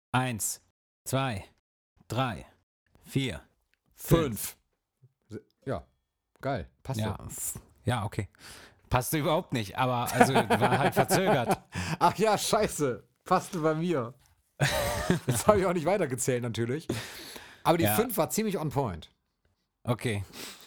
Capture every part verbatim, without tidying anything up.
Eins, zwei, drei, vier, Fünf. Ja, geil. Passt Ja, doch. f- ja, okay. Passte überhaupt nicht, aber also war halt verzögert. Ach ja, scheiße. Passte bei mir. Jetzt habe ich auch nicht weitergezählt natürlich. Aber die Ja. fünf war ziemlich on point. Okay.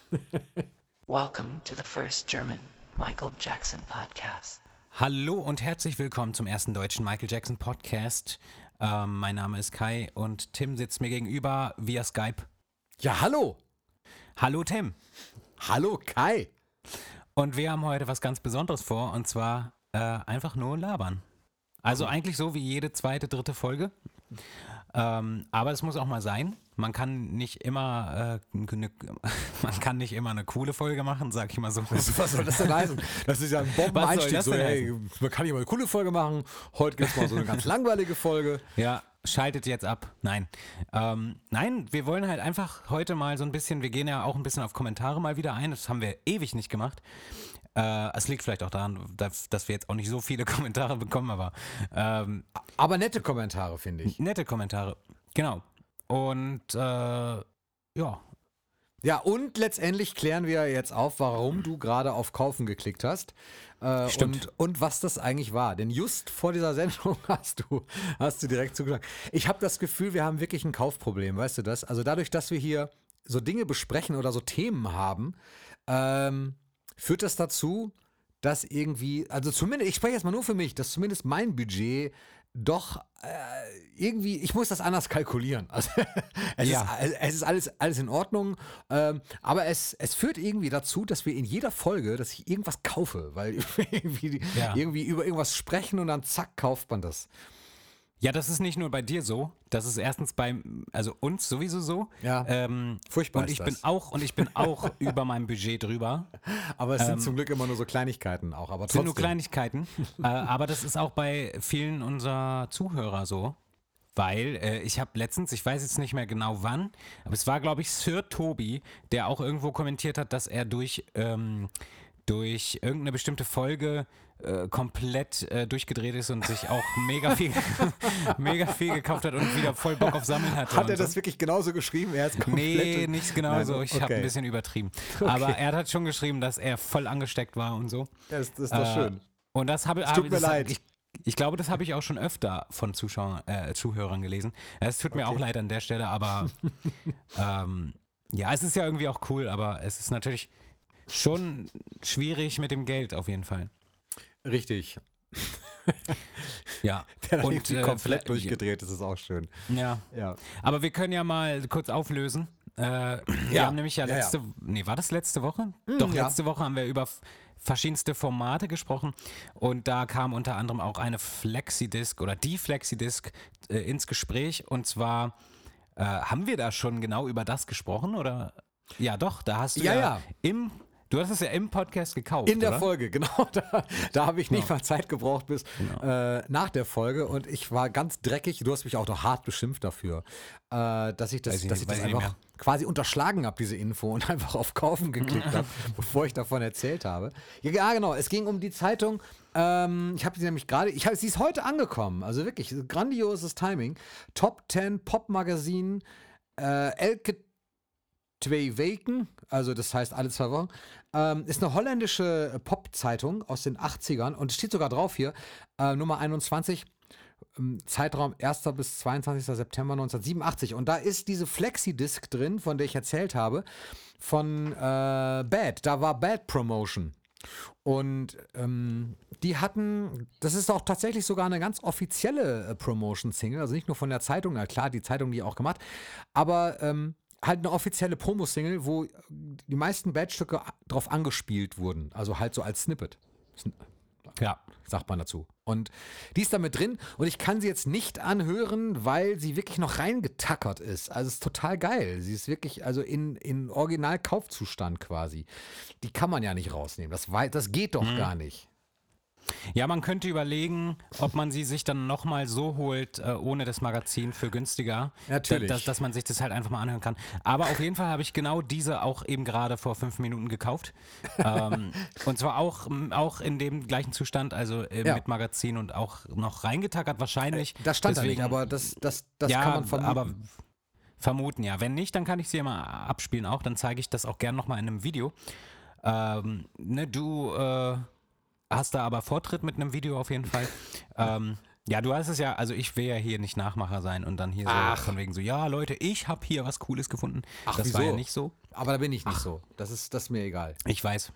Welcome to the first German Michael Jackson podcast. Hallo und herzlich willkommen zum ersten deutschen Michael Jackson Podcast. Ähm, mein Name ist Kai und Tim sitzt mir gegenüber via Skype. Ja, hallo. Hallo Tim. Hallo Kai. Und wir haben heute was ganz Besonderes vor und zwar äh, einfach nur labern. Also eigentlich so wie jede zweite, dritte Folge. Ähm, aber es muss auch mal sein. Man kann nicht immer, äh, ne, man kann nicht immer eine coole Folge machen, sag ich mal so. Was soll das denn heißen? Das ist ja ein Was soll Bombeneinstieg. das So, denn hey, man kann hier mal eine coole Folge machen. Heute gibt es mal so eine ganz langweilige Folge. Ja, schaltet jetzt ab. Nein. Ähm, nein, wir wollen halt einfach heute mal so ein bisschen, wir gehen ja auch ein bisschen auf Kommentare mal wieder ein. Das haben wir ewig nicht gemacht. Äh, es liegt vielleicht auch daran, dass, dass wir jetzt auch nicht so viele Kommentare bekommen, aber ähm, Aber nette Kommentare, finde ich. nette Kommentare. Genau. Und äh, ja. Ja, und letztendlich klären wir jetzt auf, warum du gerade auf Kaufen geklickt hast. Äh, Stimmt. Und, und was das eigentlich war. Denn just vor dieser Sendung hast du, hast du direkt zugesagt. Ich habe das Gefühl, wir haben wirklich ein Kaufproblem, weißt du das? Also dadurch, dass wir hier so Dinge besprechen oder so Themen haben, ähm, führt das dazu, dass irgendwie, also zumindest, ich spreche jetzt mal nur für mich, dass zumindest mein Budget doch äh, irgendwie, ich muss das anders kalkulieren. Also, es, Ja. ist, es ist alles, alles in Ordnung, ähm, aber es, es führt irgendwie dazu, dass wir in jeder Folge, dass ich irgendwas kaufe, weil irgendwie, Ja. irgendwie über irgendwas sprechen und dann zack, kauft man das. Ja, das ist nicht nur bei dir so. Das ist erstens bei, also uns sowieso so. Ja. Ähm, Furchtbar Und ist ich das. bin auch, und ich bin auch über meinem Budget drüber. Aber es sind zum Glück immer nur so Kleinigkeiten auch, aber Ähm, Sind trotzdem. nur Kleinigkeiten. äh, aber das ist auch bei vielen unserer Zuhörer so. Weil äh, ich habe letztens, ich weiß jetzt nicht mehr genau wann, aber es war, glaube ich, Sir Tobi, der auch irgendwo kommentiert hat, dass er durch, ähm, durch irgendeine bestimmte Folge äh, komplett äh, durchgedreht ist und sich auch mega viel, mega viel gekauft hat und wieder voll Bock auf Sammeln hatte. Hat und er so. das wirklich genauso geschrieben? Er ist komplett Nee, nicht genau Nein, so. Ich habe okay. ein bisschen übertrieben. Aber er hat schon geschrieben, dass er voll angesteckt war und so. Ja, das, das ist doch Äh, schön. Und das habe Es tut hab- mir das, leid. Ich, ich glaube, das habe ich auch schon öfter von Zuschauern, äh, Zuhörern gelesen. Es tut mir Okay. auch leid an der Stelle, aber ähm, ja, es ist ja irgendwie auch cool, aber es ist natürlich schon schwierig mit dem Geld auf jeden Fall. Richtig. Ja. Der dann Und, irgendwie äh, komplett vielleicht- durchgedreht, das ist auch schön. Ja. Ja. Aber wir können ja mal kurz auflösen. Äh, wir Ja. haben nämlich ja Ja, ja. letzte, nee, war das letzte Woche? Doch, ja. letzte Woche haben wir über f- verschiedenste Formate gesprochen und da kam unter anderem auch eine Flexidisc oder die Flexidisc äh, ins Gespräch und zwar äh, haben wir da schon genau über das gesprochen oder? Ja, doch, da hast du Ja, ja, ja. im, du hast es ja im Podcast gekauft, In der oder? Folge, genau. Da, da habe ich nicht Genau. mal Zeit gebraucht bis äh, nach der Folge und ich war ganz dreckig. Du hast mich auch noch hart beschimpft dafür, äh, dass ich das, Weiß ich dass nicht, ich das weiß ich nicht einfach quasi unterschlagen habe, diese Info, und einfach auf Kaufen geklickt habe, bevor ich davon erzählt habe. Ja, ja, genau. Es ging um die Zeitung. Ähm, ich habe sie nämlich gerade, ich hab, sie ist heute angekommen. Also wirklich grandioses Timing. Top zehn Pop-Magazin, äh, Elke Twee Weken, also das heißt alle zwei Wochen, ähm, ist eine holländische Pop-Zeitung aus den achtzigern und es steht sogar drauf hier, äh, Nummer einundzwanzig, ähm, Zeitraum erster bis zweiundzwanzigster September neunzehnhundertsiebenundachtzig. Und da ist diese Flexidisc drin, von der ich erzählt habe, von äh, Bad. Da war Bad Promotion. Und ähm, die hatten, das ist auch tatsächlich sogar eine ganz offizielle äh, Promotion-Single, also nicht nur von der Zeitung, na klar, die Zeitung die auch gemacht, aber ähm, halt eine offizielle Promo-Single, wo die meisten Bad-Stücke drauf angespielt wurden, also halt so als Snippet. Sn- Ja. sagt man dazu. Und die ist da mit drin und ich kann sie jetzt nicht anhören, weil sie wirklich noch reingetackert ist. Also es ist total geil. Sie ist wirklich also in, in Original-Kaufzustand quasi. Die kann man ja nicht rausnehmen. Das, wei- das geht doch gar nicht. Ja, man könnte überlegen, ob man sie sich dann nochmal so holt, äh, ohne das Magazin für günstiger. Natürlich. Dass, dass man sich das halt einfach mal anhören kann. Aber auf jeden Fall habe ich genau diese auch eben gerade vor fünf Minuten gekauft. ähm, und zwar auch, auch in dem gleichen Zustand, also äh, Ja. mit Magazin und auch noch reingetackert wahrscheinlich. Das stand Deswegen, da nicht, aber das, das, das ja, kann man vermuten. aber vermuten, ja. Wenn nicht, dann kann ich sie ja mal abspielen auch. Dann zeige ich das auch gern nochmal in einem Video. Ähm, ne, du äh, hast da aber Vortritt mit einem Video auf jeden Fall. ähm, ja, du hast es ja, also ich will ja hier nicht Nachmacher sein und dann hier Ach. so von wegen so, ja Leute, ich habe hier was Cooles gefunden. Ach, das wieso? war ja nicht so. Aber da bin ich nicht so. Das ist, das ist mir egal. Ich weiß.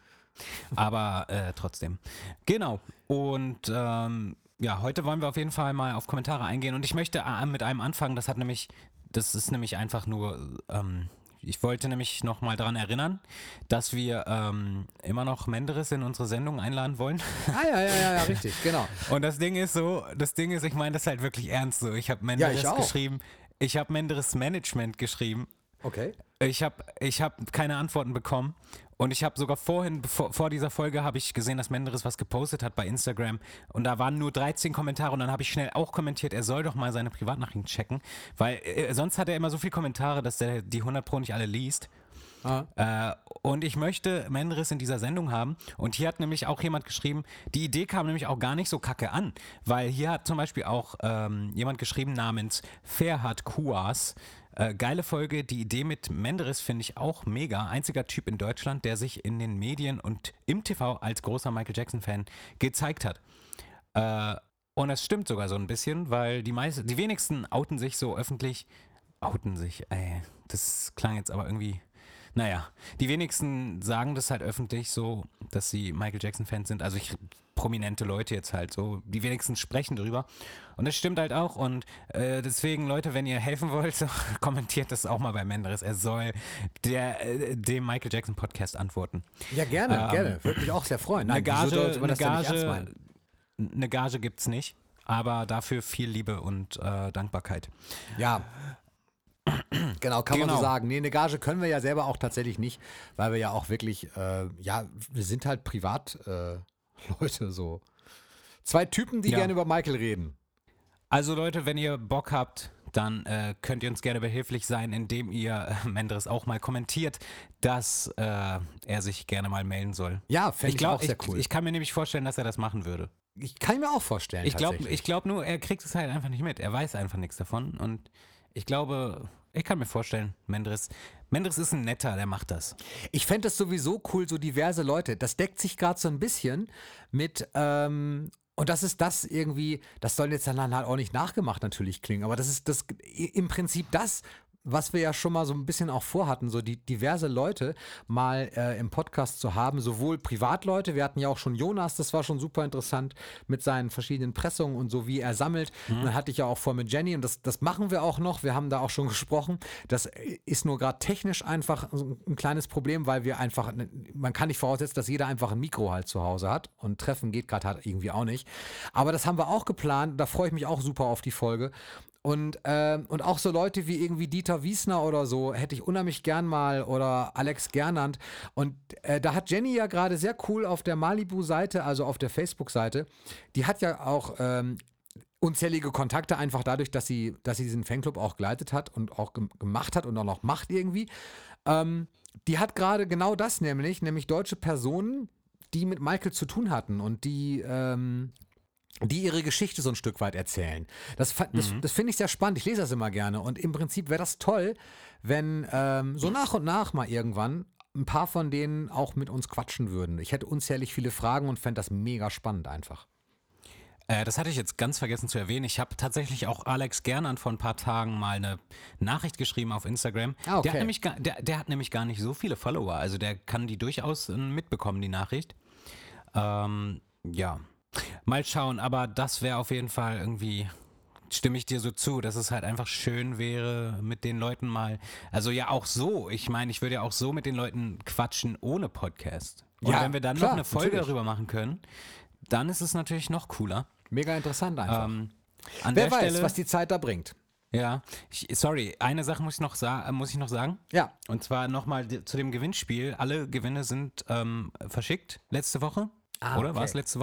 Aber äh, trotzdem. Genau. Und ähm, ja, heute wollen wir auf jeden Fall mal auf Kommentare eingehen. Und ich möchte äh, mit einem anfangen, das hat nämlich, das ist nämlich einfach nur, ähm, ich wollte nämlich nochmal daran erinnern, dass wir ähm, immer noch Menderes in unsere Sendung einladen wollen. Ah, ja, ja, ja, ja, richtig, genau. Und das Ding ist so, das Ding ist, ich meine das halt wirklich ernst so. Ich habe Menderes ich auch. geschrieben, ich habe Menderes Management geschrieben. Okay. Ich habe ich hab keine Antworten bekommen und ich habe sogar vorhin, bevor, vor dieser Folge, habe ich gesehen, dass Menderes was gepostet hat bei Instagram und da waren nur dreizehn Kommentare und dann habe ich schnell auch kommentiert, er soll doch mal seine Privatnachrichten checken, weil äh, sonst hat er immer so viele Kommentare, dass der die hundert Pro nicht alle liest. Ah. Äh, und ich möchte Menderes in dieser Sendung haben. Und hier hat nämlich auch jemand geschrieben, die Idee kam nämlich auch gar nicht so kacke an, weil hier hat zum Beispiel auch ähm, jemand geschrieben namens Ferhat Kuas. Äh, geile Folge, die Idee mit Menderes finde ich auch mega. Einziger Typ in Deutschland, der sich in den Medien und im T V als großer Michael Jackson-Fan gezeigt hat. Äh, und das stimmt sogar so ein bisschen, weil die meisten, die wenigsten outen sich so öffentlich. Outen sich, ey, das klang jetzt aber irgendwie. Naja, die wenigsten sagen das halt öffentlich so, dass sie Michael Jackson-Fans sind. Also ich, prominente Leute jetzt halt so. Die wenigsten sprechen drüber. Und das stimmt halt auch. Und äh, deswegen, Leute, wenn ihr helfen wollt, so, kommentiert das auch mal bei Menderes. Er soll der, äh, dem Michael Jackson-Podcast antworten. Ja, gerne, Ähm, gerne. Würde mich auch sehr freuen. Eine Nein, wieso Gage, sollte man eine das denn nicht ernst Gage, meinen? eine Gage gibt's nicht. Aber dafür viel Liebe und äh, Dankbarkeit. Ja. Genau, kann man Genau. so sagen. Nee, eine Gage können wir ja selber auch tatsächlich nicht, weil wir ja auch wirklich, äh, ja, wir sind halt Privatleute äh, Leute so. Zwei Typen, die Ja. gerne über Michael reden. Also Leute, wenn ihr Bock habt, dann äh, könnt ihr uns gerne behilflich sein, indem ihr äh, Menderes auch mal kommentiert, dass äh, er sich gerne mal melden soll. Ja, fände ich, Ich glaube, auch sehr ich, cool. ich kann mir nämlich vorstellen, dass er das machen würde. Ich kann mir auch vorstellen, Ich glaube tatsächlich. ich glaub nur, er kriegt es halt einfach nicht mit. Er weiß einfach nichts davon. Und ich glaube, ich kann mir vorstellen, Menderes, Menderes ist ein Netter, der macht das. Ich fände das sowieso cool, so diverse Leute. Das deckt sich gerade so ein bisschen mit, ähm, und das ist das irgendwie, das soll jetzt dann halt auch nicht nachgemacht natürlich klingen, aber das ist das im Prinzip das, was wir ja schon mal so ein bisschen auch vorhatten, so die diverse Leute mal äh, im Podcast zu haben, sowohl Privatleute, wir hatten ja auch schon Jonas, das war schon super interessant mit seinen verschiedenen Pressungen und so, wie er sammelt. Und dann hatte ich ja auch vor mit Jenny und das, das machen wir auch noch, wir haben da auch schon gesprochen. Das ist nur gerade technisch einfach so ein kleines Problem, weil wir einfach, man kann nicht voraussetzen, dass jeder einfach ein Mikro halt zu Hause hat und Treffen geht gerade halt irgendwie auch nicht. Aber das haben wir auch geplant, da freue ich mich auch super auf die Folge. Und, ähm, und auch so Leute wie irgendwie Dieter Wiesner oder so, hätte ich unheimlich gern mal, oder Alex Gernand. Und äh, da hat Jenny ja gerade sehr cool auf der Malibu-Seite, also auf der Facebook-Seite, die hat ja auch ähm, unzählige Kontakte, einfach dadurch, dass sie, dass sie diesen Fanclub auch geleitet hat und auch gem- gemacht hat und auch noch macht irgendwie. Ähm, die hat gerade genau das nämlich, nämlich deutsche Personen, die mit Michael zu tun hatten und die... Ähm, die ihre Geschichte so ein Stück weit erzählen. Das, fa- das, das finde ich sehr spannend. Ich lese das immer gerne. Und im Prinzip wäre das toll, wenn ähm, so nach und nach mal irgendwann ein paar von denen auch mit uns quatschen würden. Ich hätte unzählig viele Fragen und fände das mega spannend einfach. Äh, das hatte ich jetzt ganz vergessen zu erwähnen. Ich habe tatsächlich auch Alex Gernand vor ein paar Tagen mal eine Nachricht geschrieben auf Instagram. Ah, okay. der, hat nämlich gar, der, der hat nämlich gar nicht so viele Follower. Also der kann die durchaus äh, mitbekommen, die Nachricht. Ähm, ja. Mal schauen, aber das wäre auf jeden Fall irgendwie, stimme ich dir so zu, dass es halt einfach schön wäre, mit den Leuten mal, also ja auch so, ich meine, ich würde ja auch so mit den Leuten quatschen ohne Podcast. Und Ja, wenn wir dann klar, noch eine Folge natürlich. darüber machen können, dann ist es natürlich noch cooler. Mega interessant einfach. Ähm, an Wer der weiß, Stelle, was die Zeit da bringt. ja, ich, sorry, eine Sache muss ich noch, sa- äh, muss ich noch sagen. Ja. Und zwar nochmal zu dem Gewinnspiel. Alle Gewinne sind ähm, verschickt letzte Woche. Ah, Oder okay. war es letzte Woche?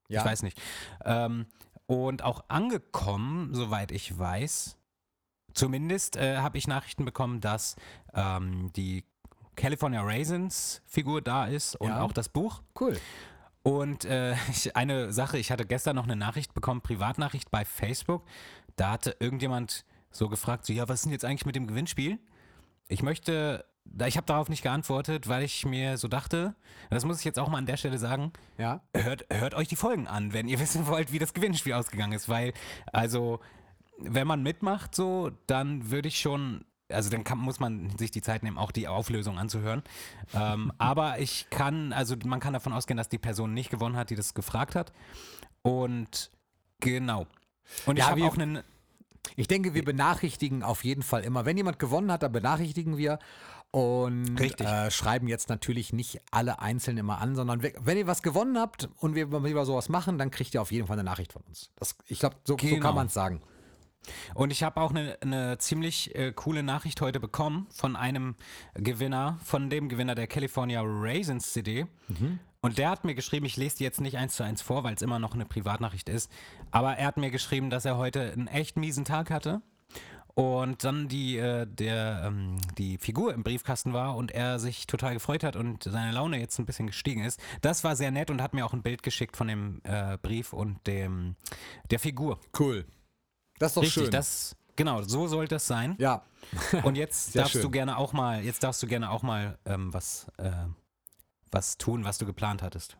Ja. Ich weiß nicht. Ähm, und auch angekommen, soweit ich weiß, zumindest äh, habe ich Nachrichten bekommen, dass ähm, die California Raisins Figur da ist und Ja. auch das Buch. Cool. Und äh, ich, eine Sache, ich hatte gestern noch eine Nachricht bekommen, Privatnachricht bei Facebook. Da hatte irgendjemand so gefragt, so, ja, was ist denn jetzt eigentlich mit dem Gewinnspiel? Ich möchte, da- ich habe darauf nicht geantwortet, weil ich mir so dachte, das muss ich jetzt auch mal an der Stelle sagen, Ja. hört, hört euch die Folgen an, wenn ihr wissen wollt, wie das Gewinnspiel ausgegangen ist, weil, also, wenn man mitmacht so, dann würde ich schon, also dann kann, muss man sich die Zeit nehmen, auch die Auflösung anzuhören. Ähm, aber ich kann, also man kann davon ausgehen, dass die Person nicht gewonnen hat, die das gefragt hat. Und genau. Und ich Ja, habe wir- auch einen, Ich denke, wir benachrichtigen auf jeden Fall immer. Wenn jemand gewonnen hat, dann benachrichtigen wir und Richtig. äh, schreiben jetzt natürlich nicht alle einzeln immer an, sondern we- wenn ihr was gewonnen habt und wir mal wieder sowas machen, dann kriegt ihr auf jeden Fall eine Nachricht von uns. Das, ich glaube, so, so Genau. kann man es sagen. Und ich habe auch eine, eine ziemlich äh, coole Nachricht heute bekommen von einem Gewinner, von dem Gewinner der California Raisins C D. Und der hat mir geschrieben, ich lese die jetzt nicht eins zu eins vor, weil es immer noch eine Privatnachricht ist, aber er hat mir geschrieben, dass er heute einen echt miesen Tag hatte und dann die, äh, der, ähm, die Figur im Briefkasten war und er sich total gefreut hat und seine Laune jetzt ein bisschen gestiegen ist. Das war sehr nett und hat mir auch ein Bild geschickt von dem äh, Brief und dem, der Figur. Cool. Das ist doch Richtig, schön. das, genau, so sollte es sein. ja. Und jetzt Sehr darfst schön. du gerne auch mal, jetzt darfst du gerne auch mal ähm, was, äh, was tun, was du geplant hattest.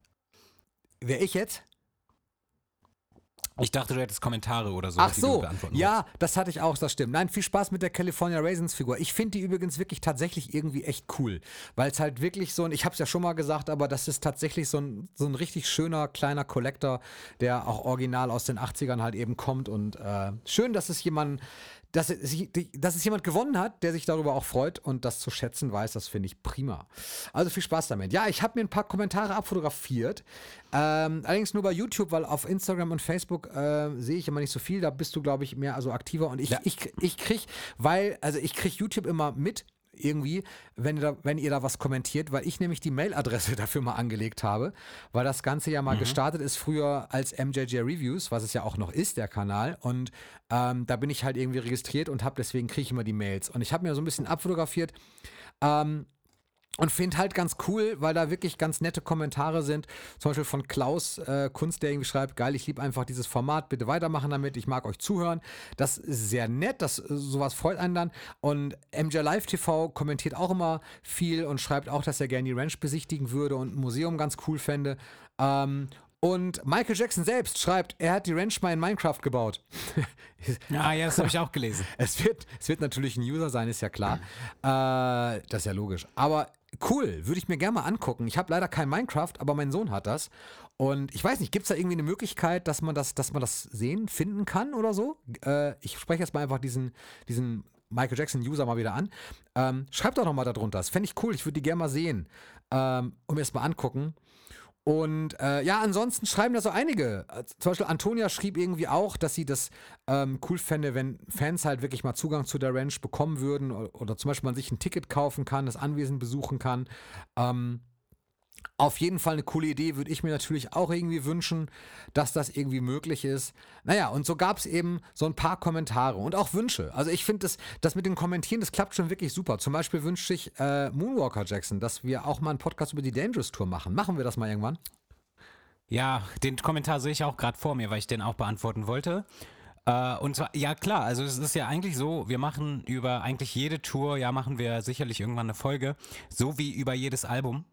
Wer ich jetzt? Ich dachte, du hättest Kommentare oder so, Ach die so, du beantworten ja, das hatte ich auch, das stimmt. Nein, viel Spaß mit der California Raisins Figur. Ich finde die übrigens wirklich tatsächlich irgendwie echt cool, weil es halt wirklich so ein, ich habe es ja schon mal gesagt, aber das ist tatsächlich so ein, so ein richtig schöner kleiner Collector, der auch original aus den achtzigern halt eben kommt und äh, schön, dass es jemand, dass es, dass es jemand gewonnen hat, der sich darüber auch freut und das zu schätzen weiß, das finde ich prima. Also viel Spaß damit. Ja, ich habe mir ein paar Kommentare abfotografiert, ähm, allerdings nur bei YouTube, weil auf Instagram und Facebook äh, sehe ich immer nicht so viel, da bist du, glaube ich, mehr also aktiver und ich, Ja. ich, ich krieg, weil, also ich krieg YouTube immer mit, irgendwie, wenn ihr, da, wenn ihr da was kommentiert, weil ich nämlich die Mailadresse dafür mal angelegt habe, weil das Ganze ja mal gestartet ist früher als M J J Reviews, was es ja auch noch ist, der Kanal. Und ähm, da bin ich halt irgendwie registriert und habe deswegen kriege ich immer die Mails. Und ich habe mir so ein bisschen abfotografiert. Ähm, Und finde halt ganz cool, weil da wirklich ganz nette Kommentare sind. Zum Beispiel von Klaus äh, Kunst, der irgendwie schreibt, geil, ich liebe einfach dieses Format, bitte weitermachen damit, ich mag euch zuhören. Das ist sehr nett, das, äh, sowas freut einen dann. Und M J Live T V kommentiert auch immer viel und schreibt auch, dass er gerne die Ranch besichtigen würde und ein Museum ganz cool fände. Ähm, und Michael Jackson selbst schreibt, er hat die Ranch mal in Minecraft gebaut. Ah ja, das habe ich auch gelesen. Es wird, es wird natürlich ein User sein, ist ja klar. Äh, das ist ja logisch. Aber cool, würde ich mir gerne mal angucken. Ich habe leider kein Minecraft, aber mein Sohn hat das. Und ich weiß nicht, gibt es da irgendwie eine Möglichkeit, dass man das, dass man das sehen, finden kann oder so? Äh, ich spreche jetzt mal einfach diesen, diesen Michael Jackson-User mal wieder an. Ähm, schreibt doch noch mal darunter. Das fände ich cool. Ich würde die gerne mal sehen ähm, und mir das mal angucken. Und äh, ja, ansonsten schreiben da so einige. Äh, Zum Beispiel Antonia schrieb irgendwie auch, dass sie das ähm, cool fände, wenn Fans halt wirklich mal Zugang zu der Ranch bekommen würden oder, oder zum Beispiel man sich ein Ticket kaufen kann, das Anwesen besuchen kann. Ähm, auf jeden Fall eine coole Idee, würde ich mir natürlich auch irgendwie wünschen, dass das irgendwie möglich ist. Naja, und so gab es eben so ein paar Kommentare und auch Wünsche. Also ich finde, das, das mit den Kommentieren, das klappt schon wirklich super. Zum Beispiel wünscht sich äh, Moonwalker Jackson, dass wir auch mal einen Podcast über die Dangerous Tour machen. Machen wir das mal irgendwann? Ja, den Kommentar sehe ich auch gerade vor mir, weil ich den auch beantworten wollte. Äh, und zwar, ja klar, also es ist ja eigentlich so, wir machen über eigentlich jede Tour, ja machen wir sicherlich irgendwann eine Folge, so wie über jedes Album.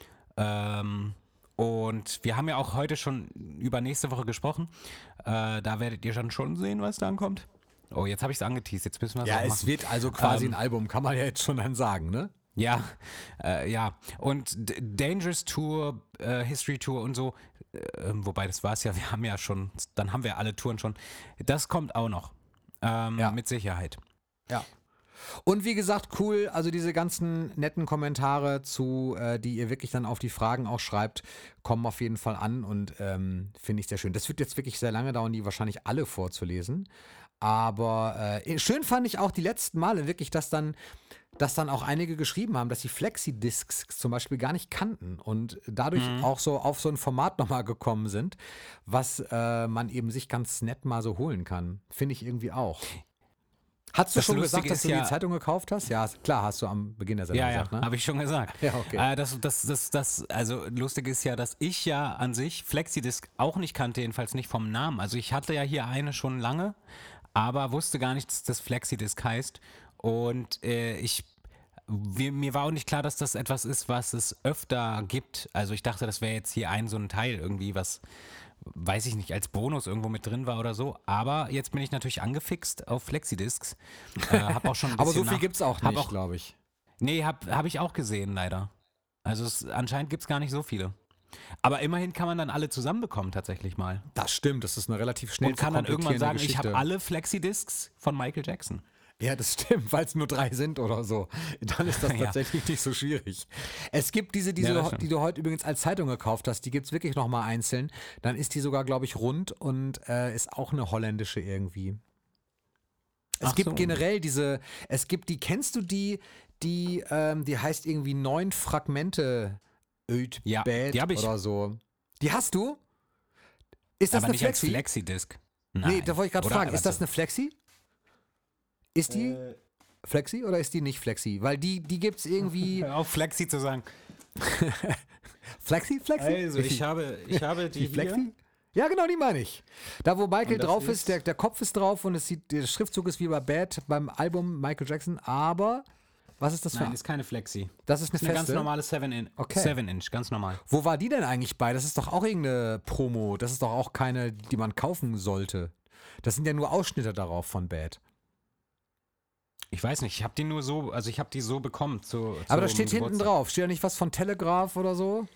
Ähm, und wir haben ja auch heute schon über nächste Woche gesprochen. Äh, da werdet ihr dann schon sehen, was dann kommt. Oh, jetzt habe ich es angeteased, jetzt müssen wir es Ja, auch es machen. wird also quasi Ähm, ein Album, kann man ja jetzt schon dann sagen, ne? Ja, äh, ja. Und D- Dangerous Tour, äh, History Tour und so, äh, wobei das war es ja, wir haben ja schon, dann haben wir alle Touren schon. Das kommt auch noch. Ähm, Ja. Mit Sicherheit. Ja. Und wie gesagt, cool, also diese ganzen netten Kommentare zu, äh, die ihr wirklich dann auf die Fragen auch schreibt, kommen auf jeden Fall an und ähm, finde ich sehr schön. Das wird jetzt wirklich sehr lange dauern, die wahrscheinlich alle vorzulesen. Aber äh, schön fand ich auch die letzten Male wirklich, dass dann, dass dann auch einige geschrieben haben, dass sie Flexi-Discs zum Beispiel gar nicht kannten und dadurch Mhm. auch so auf so ein Format nochmal gekommen sind, was äh, man eben sich ganz nett mal so holen kann. Finde ich irgendwie auch. Hast du Das schon Lustige gesagt, dass ist du die ja- Zeitung gekauft hast? Ja, klar, hast du am Beginn der Sendung Ja, ja, gesagt, ne? habe ich schon gesagt. Ja, okay. Äh, das, das, das, das, also lustig ist ja, dass ich ja an sich Flexidisc auch nicht kannte, jedenfalls nicht vom Namen. Also ich hatte ja hier eine schon lange, aber wusste gar nicht, dass das Flexidisc heißt. Und äh, ich, wir, mir war auch nicht klar, dass das etwas ist, was es öfter gibt. Also ich dachte, das wäre jetzt hier ein so ein Teil irgendwie, was, weiß ich nicht, als Bonus irgendwo mit drin war oder so. Aber jetzt bin ich natürlich angefixt auf Flexidiscs. Äh, hab auch schon ein Aber so bisschen viel nach- gibt es auch hab nicht, auch- glaube ich. Nee, hab, hab ich auch gesehen, leider. Also es, anscheinend gibt es gar nicht so viele. Aber immerhin kann man dann alle zusammenbekommen, tatsächlich mal. Das stimmt, das ist eine relativ schnell Und kann dann irgendwann sagen, ich Geschichte. habe alle Flexidiscs von Michael Jackson. Ja, das stimmt, weil es nur drei sind oder so. Dann ist das Ja. tatsächlich nicht so schwierig. Es gibt diese, diese Ja, das du- stimmt. die du heute übrigens als Zeitung gekauft hast, die gibt es wirklich nochmal einzeln. Dann ist die sogar, glaube ich, rund und äh, ist auch eine holländische irgendwie. Es Ach gibt so. generell diese, es gibt die, kennst du die, die, ähm, die heißt irgendwie neun Fragmente Öd Ja, Bad die hab ich. oder so. Die hast du? Ist das Aber eine nicht als Flexi? Flexidisc. Nee, Nein. da wollte ich gerade Oder- fragen, ist also- das eine Flexi? Ist die Äh. Flexi oder ist die nicht Flexi? Weil die, die gibt es irgendwie. Hör auf, Flexi zu sagen. Flexi? Flexi? Also, ich habe, ich habe die, die Flexi? Ja, genau, die meine ich. Da, wo Michael Und das drauf ist, ist- der, der Kopf ist drauf und es sieht, der Schriftzug ist wie bei Bad beim Album Michael Jackson, aber was ist das für Nein, ist keine Flexi. Das ist eine Das ist eine feste. ganz normale seven Inch. Okay. seven Inch, ganz normal. Wo war die denn eigentlich bei? Das ist doch auch irgendeine Promo. Das ist doch auch keine, die man kaufen sollte. Das sind ja nur Ausschnitte darauf von Bad. Ich weiß nicht, ich habe die nur so, also ich habe die so bekommen. Zu, Aber da zum steht hinten Geburtstag. drauf. Steht da nicht was von Telegraph oder so?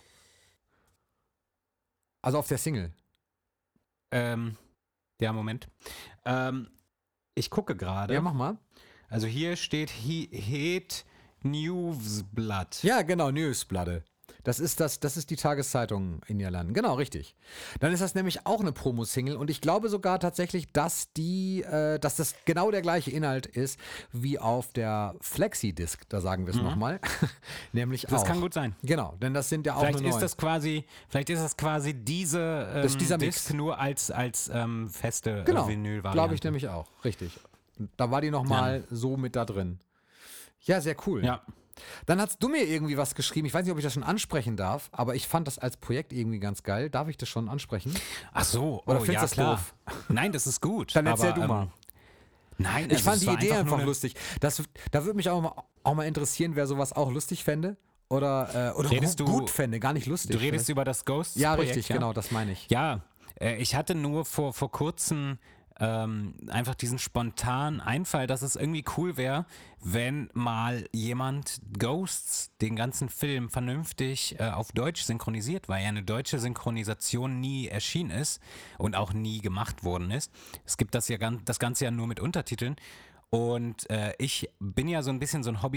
Also auf der Single. Ähm, ja, Moment. Ähm, ich gucke gerade. Ja, mach mal. Also hier steht he, Het Nieuwsblad. Ja, genau, Newsbladde. Das ist, das, das ist die Tageszeitung in Irland. Genau, richtig. Dann ist das nämlich auch eine Promo-Single und ich glaube sogar tatsächlich, dass die, äh, dass das genau der gleiche Inhalt ist wie auf der Flexi-Disc, da sagen wir es nochmal. Nämlich Das auch. kann gut sein. Genau, denn das sind ja auch Vielleicht nur ist neun. das quasi, vielleicht ist das quasi diese ähm, Das ist dieser Disc Mix. nur als, als ähm, feste Genau, äh, Vinyl-Variante. glaube ich nämlich auch. Richtig. Da war die nochmal so mit da drin. Ja, sehr cool. Ja. Dann hast du mir irgendwie was geschrieben. Ich weiß nicht, ob ich das schon ansprechen darf, aber ich fand das als Projekt irgendwie ganz geil. Darf ich das schon ansprechen? Ach so, Oder oh, findest ja, du das klar. doof? Nein, das ist gut. Dann erzähl aber, du mal. Ähm, nein, Ich also fand es die war Idee nur einfach eine- lustig. Das, da würde mich auch mal, auch mal interessieren, wer sowas auch lustig fände. Oder, äh, oder Redest gu- du- gut fände, gar nicht lustig. Du redest vielleicht. über das Ghost. Ja, richtig, genau, das meine ich. Ja, äh, ich hatte nur vor, vor kurzem ähm, einfach diesen spontanen Einfall, dass es irgendwie cool wäre, wenn mal jemand Ghosts, den ganzen Film, vernünftig äh, auf Deutsch synchronisiert, weil ja eine deutsche Synchronisation nie erschienen ist und auch nie gemacht worden ist. Es gibt das ja ganz, das Ganze ja nur mit Untertiteln. Und äh, ich bin ja so ein bisschen so ein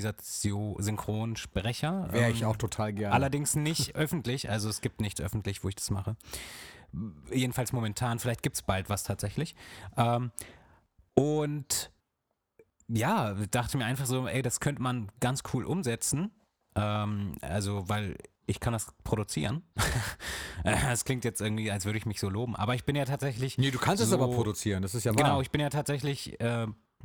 Hobby-Synchronsprecher. Wäre ich auch total gerne. Allerdings nicht öffentlich, also es gibt nichts öffentlich, wo ich das mache. Jedenfalls momentan, vielleicht gibt es bald was tatsächlich. Ähm, und ja, dachte mir einfach so, ey, das könnte man ganz cool umsetzen. Ähm, also, weil ich kann das produzieren. Das klingt jetzt irgendwie, als würde ich mich so loben, aber ich bin ja tatsächlich. Nee, du kannst es so, aber produzieren, das ist ja wahr. Genau, ich bin ja tatsächlich äh,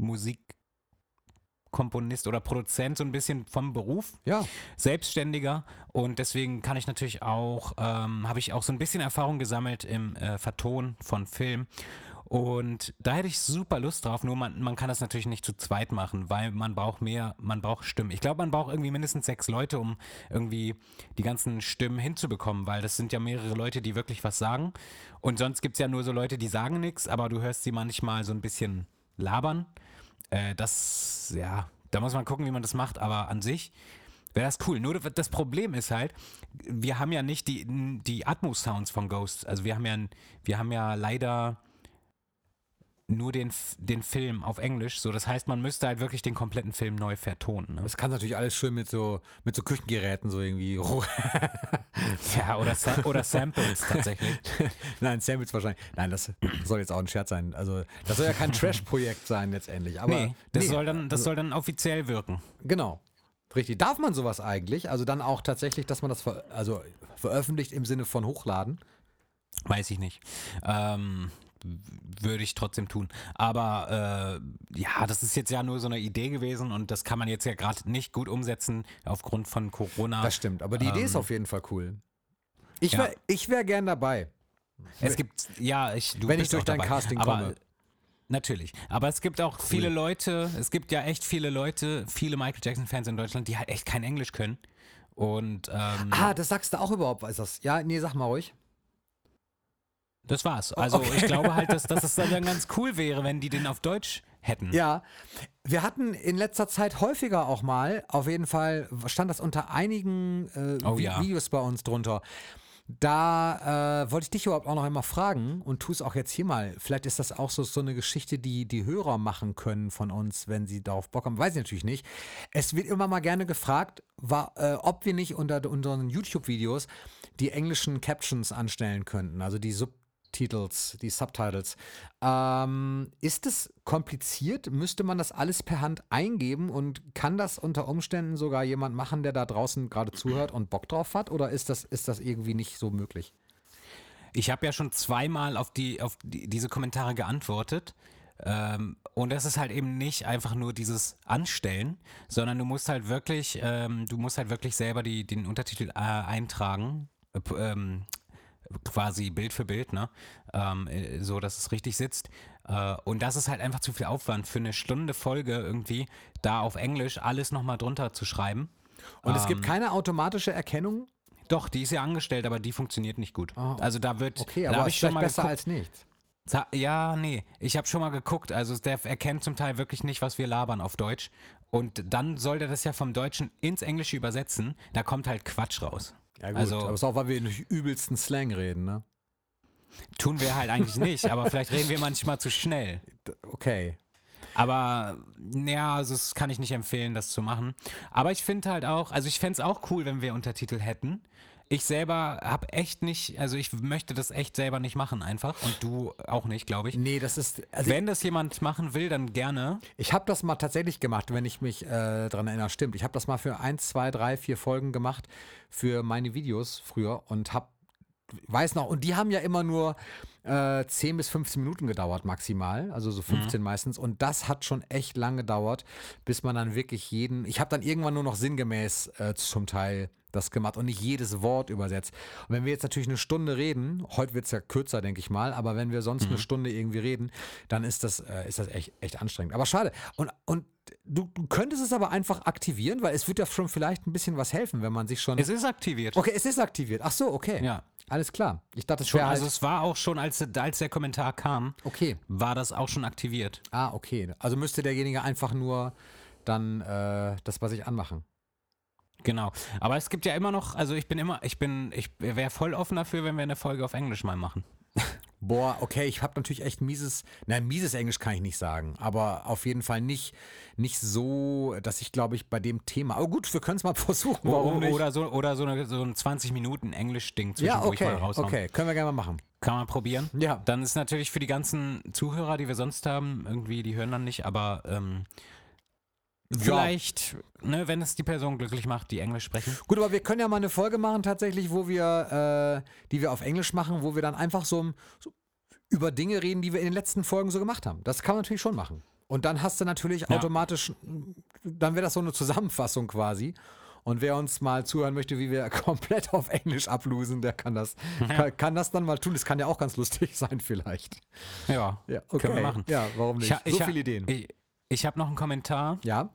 Musikkomponist oder Produzent so ein bisschen vom Beruf. Ja, Selbstständiger und deswegen kann ich natürlich auch, ähm, habe ich auch so ein bisschen Erfahrung gesammelt im äh, Verton von Film und da hätte ich super Lust drauf, nur man, man kann das natürlich nicht zu zweit machen, weil man braucht mehr, man braucht Stimmen. Ich glaube, man braucht irgendwie mindestens sechs Leute, um irgendwie die ganzen Stimmen hinzubekommen, weil das sind ja mehrere Leute, die wirklich was sagen und sonst gibt es ja nur so Leute, die sagen nichts, aber du hörst sie manchmal so ein bisschen labern. Äh, das, ja, da muss man gucken, wie man das macht, aber an sich wäre das cool. Nur das Problem ist halt, wir haben ja nicht die, die Atmos-Sounds von Ghosts. Also wir haben ja, wir haben ja leider nur den, den Film auf Englisch. So, das heißt, man müsste halt wirklich den kompletten Film neu vertonen. Ne? Das kann natürlich alles schön mit so, mit so Küchengeräten so irgendwie. Ja, oder, Sa- oder Samples tatsächlich. Nein, Samples wahrscheinlich. Nein, das soll jetzt auch ein Scherz sein. Also, das soll ja kein Trash-Projekt sein letztendlich. Aber, nee, das, nee, soll, dann, das also, soll dann offiziell wirken. Genau. Richtig. Darf man sowas eigentlich? Also dann auch tatsächlich, dass man das ver also veröffentlicht im Sinne von hochladen? Weiß ich nicht. Ähm, würde ich trotzdem tun. Aber äh, ja, das ist jetzt ja nur so eine Idee gewesen und das kann man jetzt ja gerade nicht gut umsetzen aufgrund von Corona. Das stimmt, aber die Idee ähm, ist auf jeden Fall cool. Ich ja. wäre ich wär gern dabei. Es gibt, ja, ich, du Wenn ich bist durch auch dein dabei. Casting aber, komme. Natürlich. Aber es gibt auch viele Leute, es gibt ja echt viele Leute, viele Michael Jackson-Fans in Deutschland, die halt echt kein Englisch können. Und ähm, Ah, das sagst du auch überhaupt, ist das? Ja, nee, sag mal ruhig. das war's. Also Okay. ich glaube halt, dass, dass es dann ganz cool wäre, wenn die den auf Deutsch hätten. Ja, wir hatten in letzter Zeit häufiger auch mal, auf jeden Fall stand das unter einigen äh, Oh Vi- ja. Videos bei uns drunter. Da äh, wollte ich dich überhaupt auch noch einmal fragen und tu es auch jetzt hier mal. Vielleicht ist das auch so, so eine Geschichte, die die Hörer machen können von uns, wenn sie darauf Bock haben. Weiß ich natürlich nicht. Es wird immer mal gerne gefragt, war, äh, ob wir nicht unter unseren YouTube-Videos die englischen Captions anstellen könnten, also die Subtitles, die Subtitles. Ähm, ist es kompliziert? Müsste man das alles per Hand eingeben und kann das unter Umständen sogar jemand machen, der da draußen gerade zuhört und Bock drauf hat? Oder ist das, ist das irgendwie nicht so möglich? Ich habe ja schon zweimal auf, die, auf die, diese Kommentare geantwortet. Ähm, und das ist halt eben nicht einfach nur dieses Anstellen, sondern du musst halt wirklich, ähm, du musst halt wirklich selber die, den Untertitel äh, eintragen. Äh, ähm, quasi Bild für Bild, ne? Ähm, äh, so, dass es richtig sitzt. Äh, und das ist halt einfach zu viel Aufwand für eine Stunde Folge irgendwie, da auf Englisch alles nochmal drunter zu schreiben. Und es gibt Ähm, keine automatische Erkennung? Doch, die ist ja angestellt, aber die funktioniert nicht gut. Ah, Also da wird, Okay, da aber habe ist ich schon vielleicht mal besser geguckt. als nichts. Za- Ja, nee, ich habe schon mal geguckt. Also der erkennt zum Teil wirklich nicht, was wir labern auf Deutsch. Und dann soll der das ja vom Deutschen ins Englische übersetzen. Da kommt halt Quatsch raus. Ja gut, Also- aber es ist auch, weil wir durch übelsten Slang reden, ne? Tun wir halt eigentlich nicht, aber vielleicht reden wir manchmal zu schnell. Okay. Aber ja, also das kann ich nicht empfehlen, das zu machen. Aber ich finde halt auch, also ich fände es auch cool, wenn wir Untertitel hätten. Ich selber habe echt nicht, also ich möchte das echt selber nicht machen einfach. Und du auch nicht, glaube ich. Nee, das ist. Also Wenn das jemand machen will, dann gerne. ich habe das mal tatsächlich gemacht, wenn ich mich äh, dran erinnere. Stimmt. Ich habe das mal für eins, zwei, drei, vier Folgen gemacht für meine Videos früher und habe, weiß noch, und die haben ja immer nur äh, zehn bis fünfzehn Minuten gedauert maximal, also so fünfzehn meistens. Und das hat schon echt lang gedauert, bis man dann wirklich jeden. Ich habe dann irgendwann nur noch sinngemäß äh, zum Teil das gemacht und nicht jedes Wort übersetzt. Und wenn wir jetzt natürlich eine Stunde reden, heute wird es ja kürzer, denke ich mal, aber wenn wir sonst eine Stunde irgendwie reden, dann ist das, äh, ist das echt, echt anstrengend. Aber schade. Und, und du, du könntest es aber einfach aktivieren, weil es wird ja schon vielleicht ein bisschen was helfen, wenn man sich schon. Es ist aktiviert. Okay, es ist aktiviert. Ach so, okay. Ja. Alles klar. Ich dachte, es Schon, wäre halt. also es war auch schon, als, als der Kommentar kam, Okay. war das auch schon aktiviert. Ah, okay. Also müsste derjenige einfach nur dann äh, das bei sich anmachen. Genau. Aber es gibt ja immer noch, also ich bin immer, ich bin, ich wäre voll offen dafür, wenn wir eine Folge auf Englisch mal machen. Boah, okay, ich habe natürlich echt mieses, nein, mieses Englisch kann ich nicht sagen, aber auf jeden Fall nicht, nicht so, dass ich, glaube ich, bei dem Thema, aber gut, wir können es mal versuchen, warum nicht? Oder so, oder so, eine, so ein zwanzig Minuten Englisch-Ding Ja, zwischendurch okay, mal raushauen. okay, können wir gerne mal machen. Kann man probieren. Ja. Dann ist natürlich für die ganzen Zuhörer, die wir sonst haben, irgendwie, die hören dann nicht, aber ähm, vielleicht, ne, wenn es die Person glücklich macht, die Englisch sprechen. Gut, aber wir können ja mal eine Folge machen tatsächlich, wo wir, äh, die wir auf Englisch machen, wo wir dann einfach so, so über Dinge reden, die wir in den letzten Folgen so gemacht haben. Das kann man natürlich schon machen. Und dann hast du natürlich Ja. automatisch, dann wäre das so eine Zusammenfassung quasi. Und wer uns mal zuhören möchte, wie wir komplett auf Englisch ablosen, der kann das, kann, kann das dann mal tun. Das kann ja auch ganz lustig sein vielleicht. Ja, Ja, okay. können wir machen. Ja, warum nicht? Ich, ha- so ich, ha- viele Ideen. Ich, ich habe noch einen Kommentar. Ja,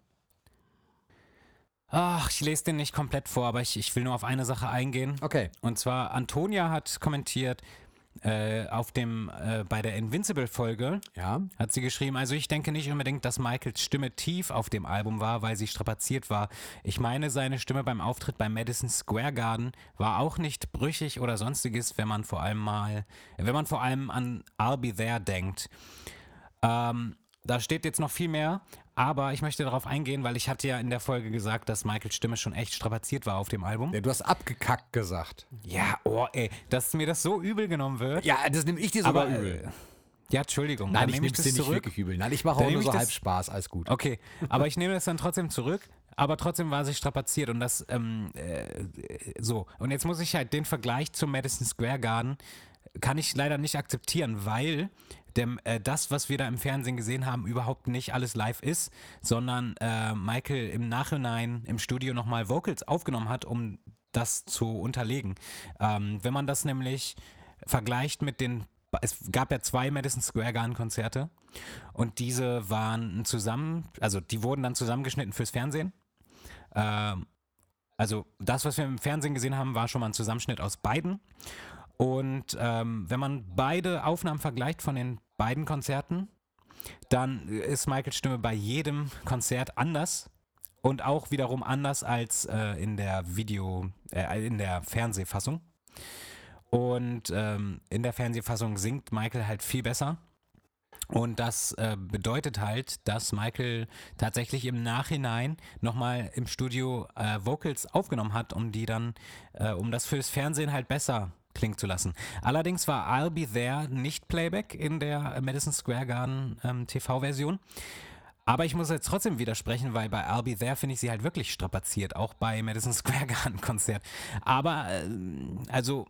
Ach, ich lese den nicht komplett vor, aber ich, ich will nur auf eine Sache eingehen. okay. Und zwar, Antonia hat kommentiert, äh, auf dem, äh, bei der Invincible-Folge Ja, hat sie geschrieben, also ich denke nicht unbedingt, dass Michaels Stimme tief auf dem Album war, weil sie strapaziert war. Ich meine, seine Stimme beim Auftritt beim Madison Square Garden war auch nicht brüchig oder sonstiges, wenn man vor allem mal, wenn man vor allem an I'll Be There denkt. Ähm, da steht jetzt noch viel mehr, aber ich möchte darauf eingehen, weil ich hatte ja in der Folge gesagt, dass Michaels Stimme schon echt strapaziert war auf dem Album. Ja, du hast abgekackt gesagt. Ja, oh ey, dass mir das so übel genommen wird. Ja, das nehme ich dir sogar aber übel. Äh, ja, Entschuldigung. Nein, dann ich nehme nehme ich es das dir nicht zurück. wirklich übel. Nein, ich mache Dann auch nehme nur ich so das- halb Spaß, alles gut. Okay, aber ich nehme das dann trotzdem zurück. Aber trotzdem war sie strapaziert und das, ähm, äh, so. Und jetzt muss ich halt den Vergleich zum Madison Square Garden, kann ich leider nicht akzeptieren, weil dem, äh, das, was wir da im Fernsehen gesehen haben, überhaupt nicht alles live ist, sondern äh, Michael im Nachhinein im Studio nochmal Vocals aufgenommen hat, um das zu unterlegen. Ähm, wenn man das nämlich vergleicht mit den, es gab ja zwei Madison Square Garden Konzerte und diese waren zusammen, also die wurden dann zusammengeschnitten fürs Fernsehen. Ähm, also das, was wir im Fernsehen gesehen haben, war schon mal ein Zusammenschnitt aus beiden. Und ähm, wenn man beide Aufnahmen vergleicht von den beiden Konzerten, dann ist Michaels Stimme bei jedem Konzert anders und auch wiederum anders als äh, in der Video, äh, in der Fernsehfassung. Und ähm, in der Fernsehfassung singt Michael halt viel besser. Und das äh, bedeutet halt, dass Michael tatsächlich im Nachhinein nochmal im Studio äh, Vocals aufgenommen hat, um die dann, äh, um das fürs Fernsehen halt besser klingen zu lassen. Allerdings war I'll Be There nicht Playback in der Madison Square Garden ähm, T V-Version. Aber ich muss jetzt trotzdem widersprechen, weil bei I'll Be There finde ich sie halt wirklich strapaziert, auch bei Madison Square Garden Konzert. Aber, äh, also...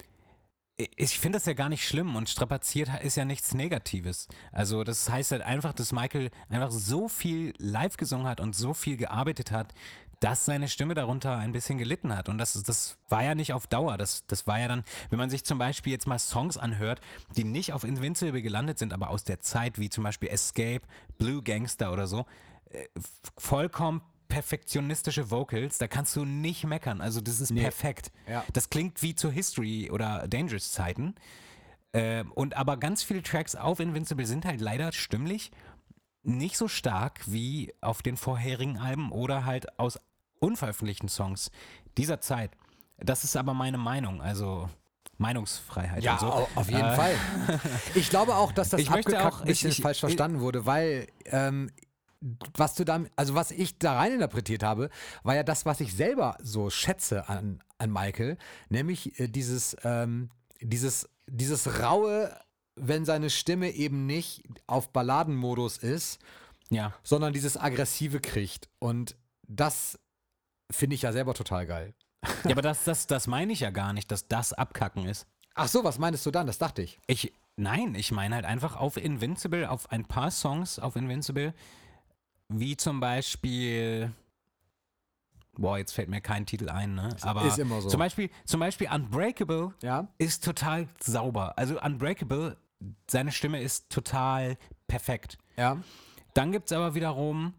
Ich finde das ja gar nicht schlimm und strapaziert ist ja nichts Negatives. Also das heißt halt einfach, dass Michael einfach so viel live gesungen hat und so viel gearbeitet hat, dass seine Stimme darunter ein bisschen gelitten hat. Und das, das war ja nicht auf Dauer. Das, das war ja dann, wenn man sich zum Beispiel jetzt mal Songs anhört, die nicht auf Invincible gelandet sind, aber aus der Zeit, wie zum Beispiel Escape, Blue Gangster oder so, äh, vollkommen perfektionistische Vocals, da kannst du nicht meckern. Also das ist Nee. perfekt. Ja. Das klingt wie zu History oder Dangerous Zeiten. Äh, und aber ganz viele Tracks auf Invincible sind halt leider stimmlich nicht so stark wie auf den vorherigen Alben oder halt aus unveröffentlichten Songs dieser Zeit. Das ist aber meine Meinung, also Meinungsfreiheit Ja, und so. au- auf jeden Äh, Fall. Ich glaube auch, dass das Ich möchte abgekackt auch- ein bisschen ich- ich- falsch verstanden wurde, weil ähm, was du da, also was ich da rein interpretiert habe, war ja das, was ich selber so schätze an, an Michael, nämlich äh, dieses, ähm, dieses, dieses raue, wenn seine Stimme eben nicht auf Balladenmodus ist, Ja. sondern dieses aggressive kriegt. Und das finde ich ja selber total geil. Ja, aber das, das, das meine ich ja gar nicht, dass das Abkacken ist. Ach so, was meinst du dann? Das dachte ich. Ich, nein, ich meine halt einfach auf Invincible, auf ein paar Songs auf Invincible, wie zum Beispiel, boah, jetzt fällt mir kein Titel ein, ne? Aber Ist immer so. Zum Beispiel, zum Beispiel Unbreakable Ja? ist total sauber. Also Unbreakable, seine Stimme ist total perfekt. Ja. Dann gibt es aber wiederum,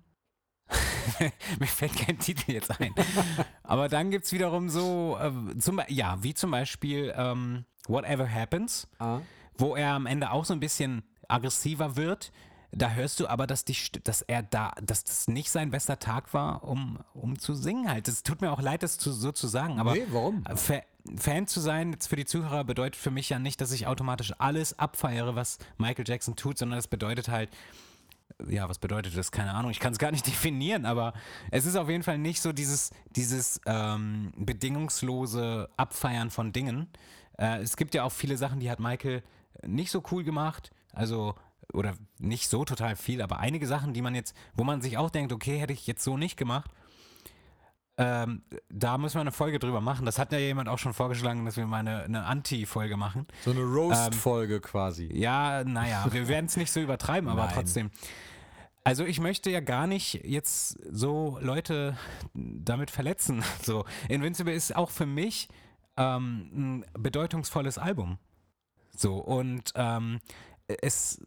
mir fällt kein Titel jetzt ein, aber dann gibt es wiederum so, äh, zum, Be- ja, wie zum Beispiel ähm, Whatever Happens, Ah. wo er am Ende auch so ein bisschen aggressiver wird. Da hörst du aber, dass, die, St- dass er da, dass das nicht sein bester Tag war, um, um zu singen halt. Es tut mir auch leid, das zu, so zu sagen, aber Nee, warum? Fa- Fan zu sein, jetzt für die Zuhörer, bedeutet für mich ja nicht, dass ich automatisch alles abfeiere, was Michael Jackson tut, sondern das bedeutet halt, ja, was bedeutet das? Keine Ahnung, ich kann es gar nicht definieren, aber es ist auf jeden Fall nicht so dieses, dieses ähm, bedingungslose Abfeiern von Dingen. Äh, es gibt ja auch viele Sachen, die hat Michael nicht so cool gemacht, also oder nicht so total viel, aber einige Sachen, die man jetzt, wo man sich auch denkt, okay, hätte ich jetzt so nicht gemacht. Ähm, da müssen wir eine Folge drüber machen. Das hat ja jemand auch schon vorgeschlagen, dass wir mal eine, eine Anti-Folge machen. So eine Roast-Folge quasi. Ja, naja, wir werden es nicht so übertreiben, aber Nein. trotzdem. Also ich möchte ja gar nicht jetzt so Leute damit verletzen. So, Invincible ist auch für mich ähm, ein bedeutungsvolles Album. So, und ähm, es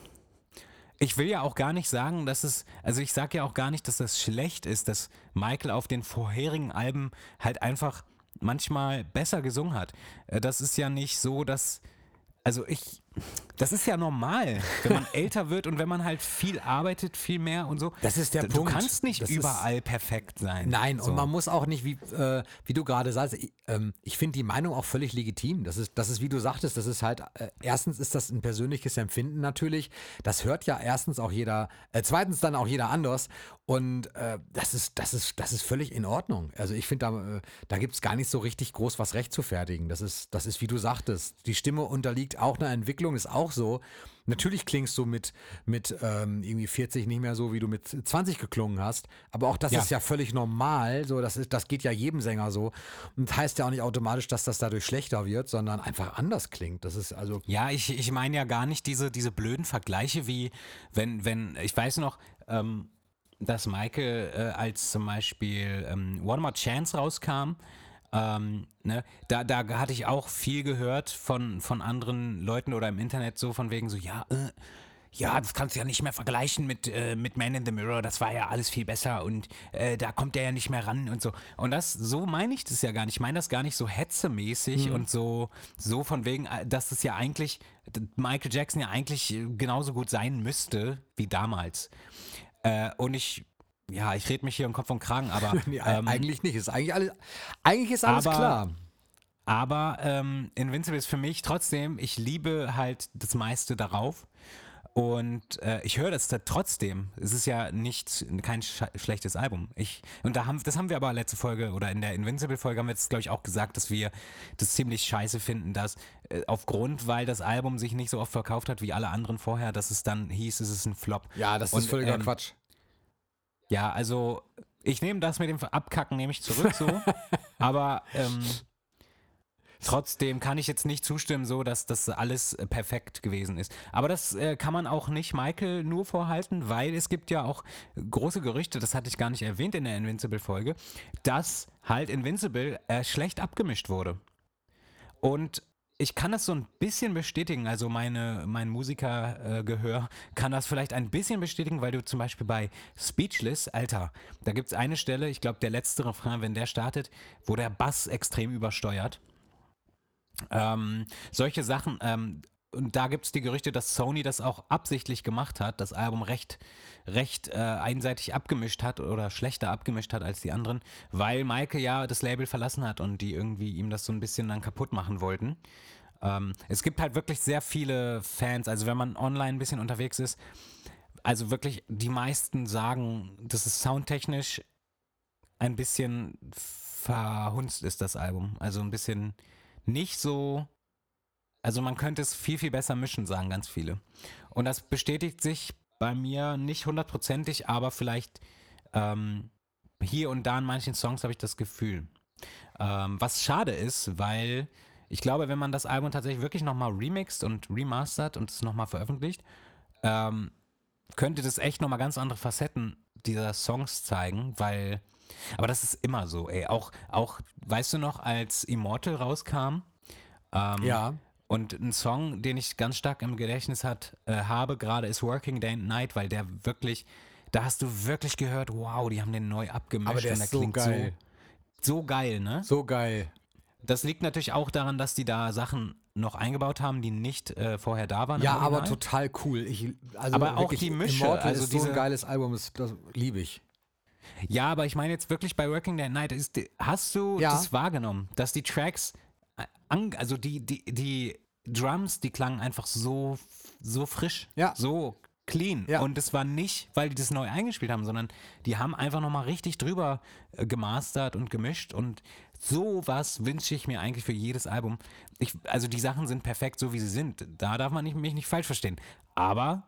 ich will ja auch gar nicht sagen, dass es, also ich sage ja auch gar nicht, dass das schlecht ist, dass Michael auf den vorherigen Alben halt einfach manchmal besser gesungen hat. Äh, Das ist ja nicht so, dass, also ich, das ist ja normal, wenn man älter wird und wenn man halt viel arbeitet, viel mehr und so. Das ist der du Punkt. Du kannst nicht das überall ist, perfekt sein. Nein, so. Und man muss auch nicht, wie, äh, wie du gerade sagst, ich, ähm, ich finde die Meinung auch völlig legitim. Das ist, das ist, wie du sagtest, das ist halt, äh, erstens ist das ein persönliches Empfinden natürlich. Das hört ja erstens auch jeder, äh, zweitens dann auch jeder anders. Und äh, das ist, das ist, das ist völlig in Ordnung. Also ich finde, da, äh, da gibt es gar nicht so richtig groß was recht zu fertigen. Das ist, das ist, wie du sagtest, die Stimme unterliegt auch einer Entwicklung, ist auch so. Natürlich klingst du mit, mit ähm, irgendwie vierzig nicht mehr so, wie du mit zwanzig geklungen hast. Aber auch das Ja. ist ja völlig normal. So, das, ist, das geht ja jedem Sänger so. Und heißt ja auch nicht automatisch, dass das dadurch schlechter wird, sondern einfach anders klingt. Das ist also. Ja, ich, ich meine ja gar nicht diese, diese blöden Vergleiche wie, wenn, wenn, ich weiß noch, ähm, dass Michael äh, als zum Beispiel ähm, One More Chance rauskam, ähm, ne, da, da hatte ich auch viel gehört von, von anderen Leuten oder im Internet so von wegen so, ja, äh, ja, das kannst du ja nicht mehr vergleichen mit, äh, mit Man in the Mirror, das war ja alles viel besser und äh, da kommt der ja nicht mehr ran und so. Und das, so meine ich das ja gar nicht. Ich meine das gar nicht so hetzemäßig Mhm. und so, so von wegen, äh, dass es ja eigentlich, Michael Jackson ja eigentlich äh, genauso gut sein müsste wie damals. Äh, und ich, ja, ich rede mich hier im Kopf und Kragen, aber Nee, ähm, eigentlich nicht. Ist eigentlich, alles, eigentlich ist alles aber- klar. aber ähm, Invincible ist für mich trotzdem, ich liebe halt das meiste darauf. Und äh, ich höre das da trotzdem. Es ist ja nicht kein sch schlechtes Album. Ich, und da haben, das haben wir aber letzte Folge oder in der Invincible-Folge haben wir jetzt, glaube ich, auch gesagt, dass wir das ziemlich scheiße finden, dass äh, aufgrund, weil das Album sich nicht so oft verkauft hat wie alle anderen vorher, dass es dann hieß, es ist ein Flop. Ja, das ist Und, völliger ähm, Quatsch. Ja, also ich nehme das mit dem Abkacken nehme ich zurück so, aber ähm, trotzdem kann ich jetzt nicht zustimmen, so dass das alles äh, perfekt gewesen ist. Aber das äh, kann man auch nicht Michael nur vorhalten, weil es gibt ja auch große Gerüchte, das hatte ich gar nicht erwähnt in der Invincible-Folge, dass halt Invincible äh, schlecht abgemischt wurde. Und ich kann das so ein bisschen bestätigen, also meine, mein Musikergehör kann das vielleicht ein bisschen bestätigen, weil du zum Beispiel bei Speechless, Alter, da gibt es eine Stelle, ich glaube der letzte Refrain, wenn der startet, wo der Bass extrem übersteuert. Ähm, solche Sachen, ähm, und da gibt es die Gerüchte, dass Sony das auch absichtlich gemacht hat, das Album recht, recht äh, einseitig abgemischt hat oder schlechter abgemischt hat als die anderen, weil Michael ja das Label verlassen hat und die irgendwie ihm das so ein bisschen dann kaputt machen wollten. Ähm, es gibt halt wirklich sehr viele Fans, also wenn man online ein bisschen unterwegs ist, also wirklich die meisten sagen, das ist soundtechnisch ein bisschen verhunzt ist, das Album. Also ein bisschen nicht so, also man könnte es viel, viel besser mischen, sagen ganz viele. Und das bestätigt sich bei mir nicht hundertprozentig, aber vielleicht ähm, hier und da in manchen Songs habe ich das Gefühl. Ähm, was schade ist, weil ich glaube, wenn man das Album tatsächlich wirklich nochmal remixt und remastert und es nochmal veröffentlicht, ähm, könnte das echt nochmal ganz andere Facetten dieser Songs zeigen, weil, aber das ist immer so, ey, auch, auch weißt du noch, als Immortal rauskam, ähm, Ja. und ein Song, den ich ganz stark im Gedächtnis hat, äh, habe gerade, ist Working Day and Night, weil der wirklich, da hast du wirklich gehört, wow, die haben den neu abgemischt Aber der und der ist so klingt geil. so, so geil, ne? So geil. Das liegt natürlich auch daran, dass die da Sachen noch eingebaut haben, die nicht äh, vorher da waren. im Ja, aber Original. total cool. Ich, also Aber auch wirklich, die Mische, Immortal also ist so ein diese- geiles Album, das, das liebe ich. Ja, aber ich meine jetzt wirklich bei Working Day and Night, ist, die- hast du Ja. das wahrgenommen, dass die Tracks, äh, an, also die, die, die Drums, die klangen einfach so, so frisch, Ja. so clean. Ja. Und es war nicht, weil die das neu eingespielt haben, sondern die haben einfach nochmal richtig drüber äh, gemastert und gemischt und sowas wünsche ich mir eigentlich für jedes Album. Ich, also die Sachen sind perfekt, so wie sie sind. Da darf man nicht, mich nicht falsch verstehen. Aber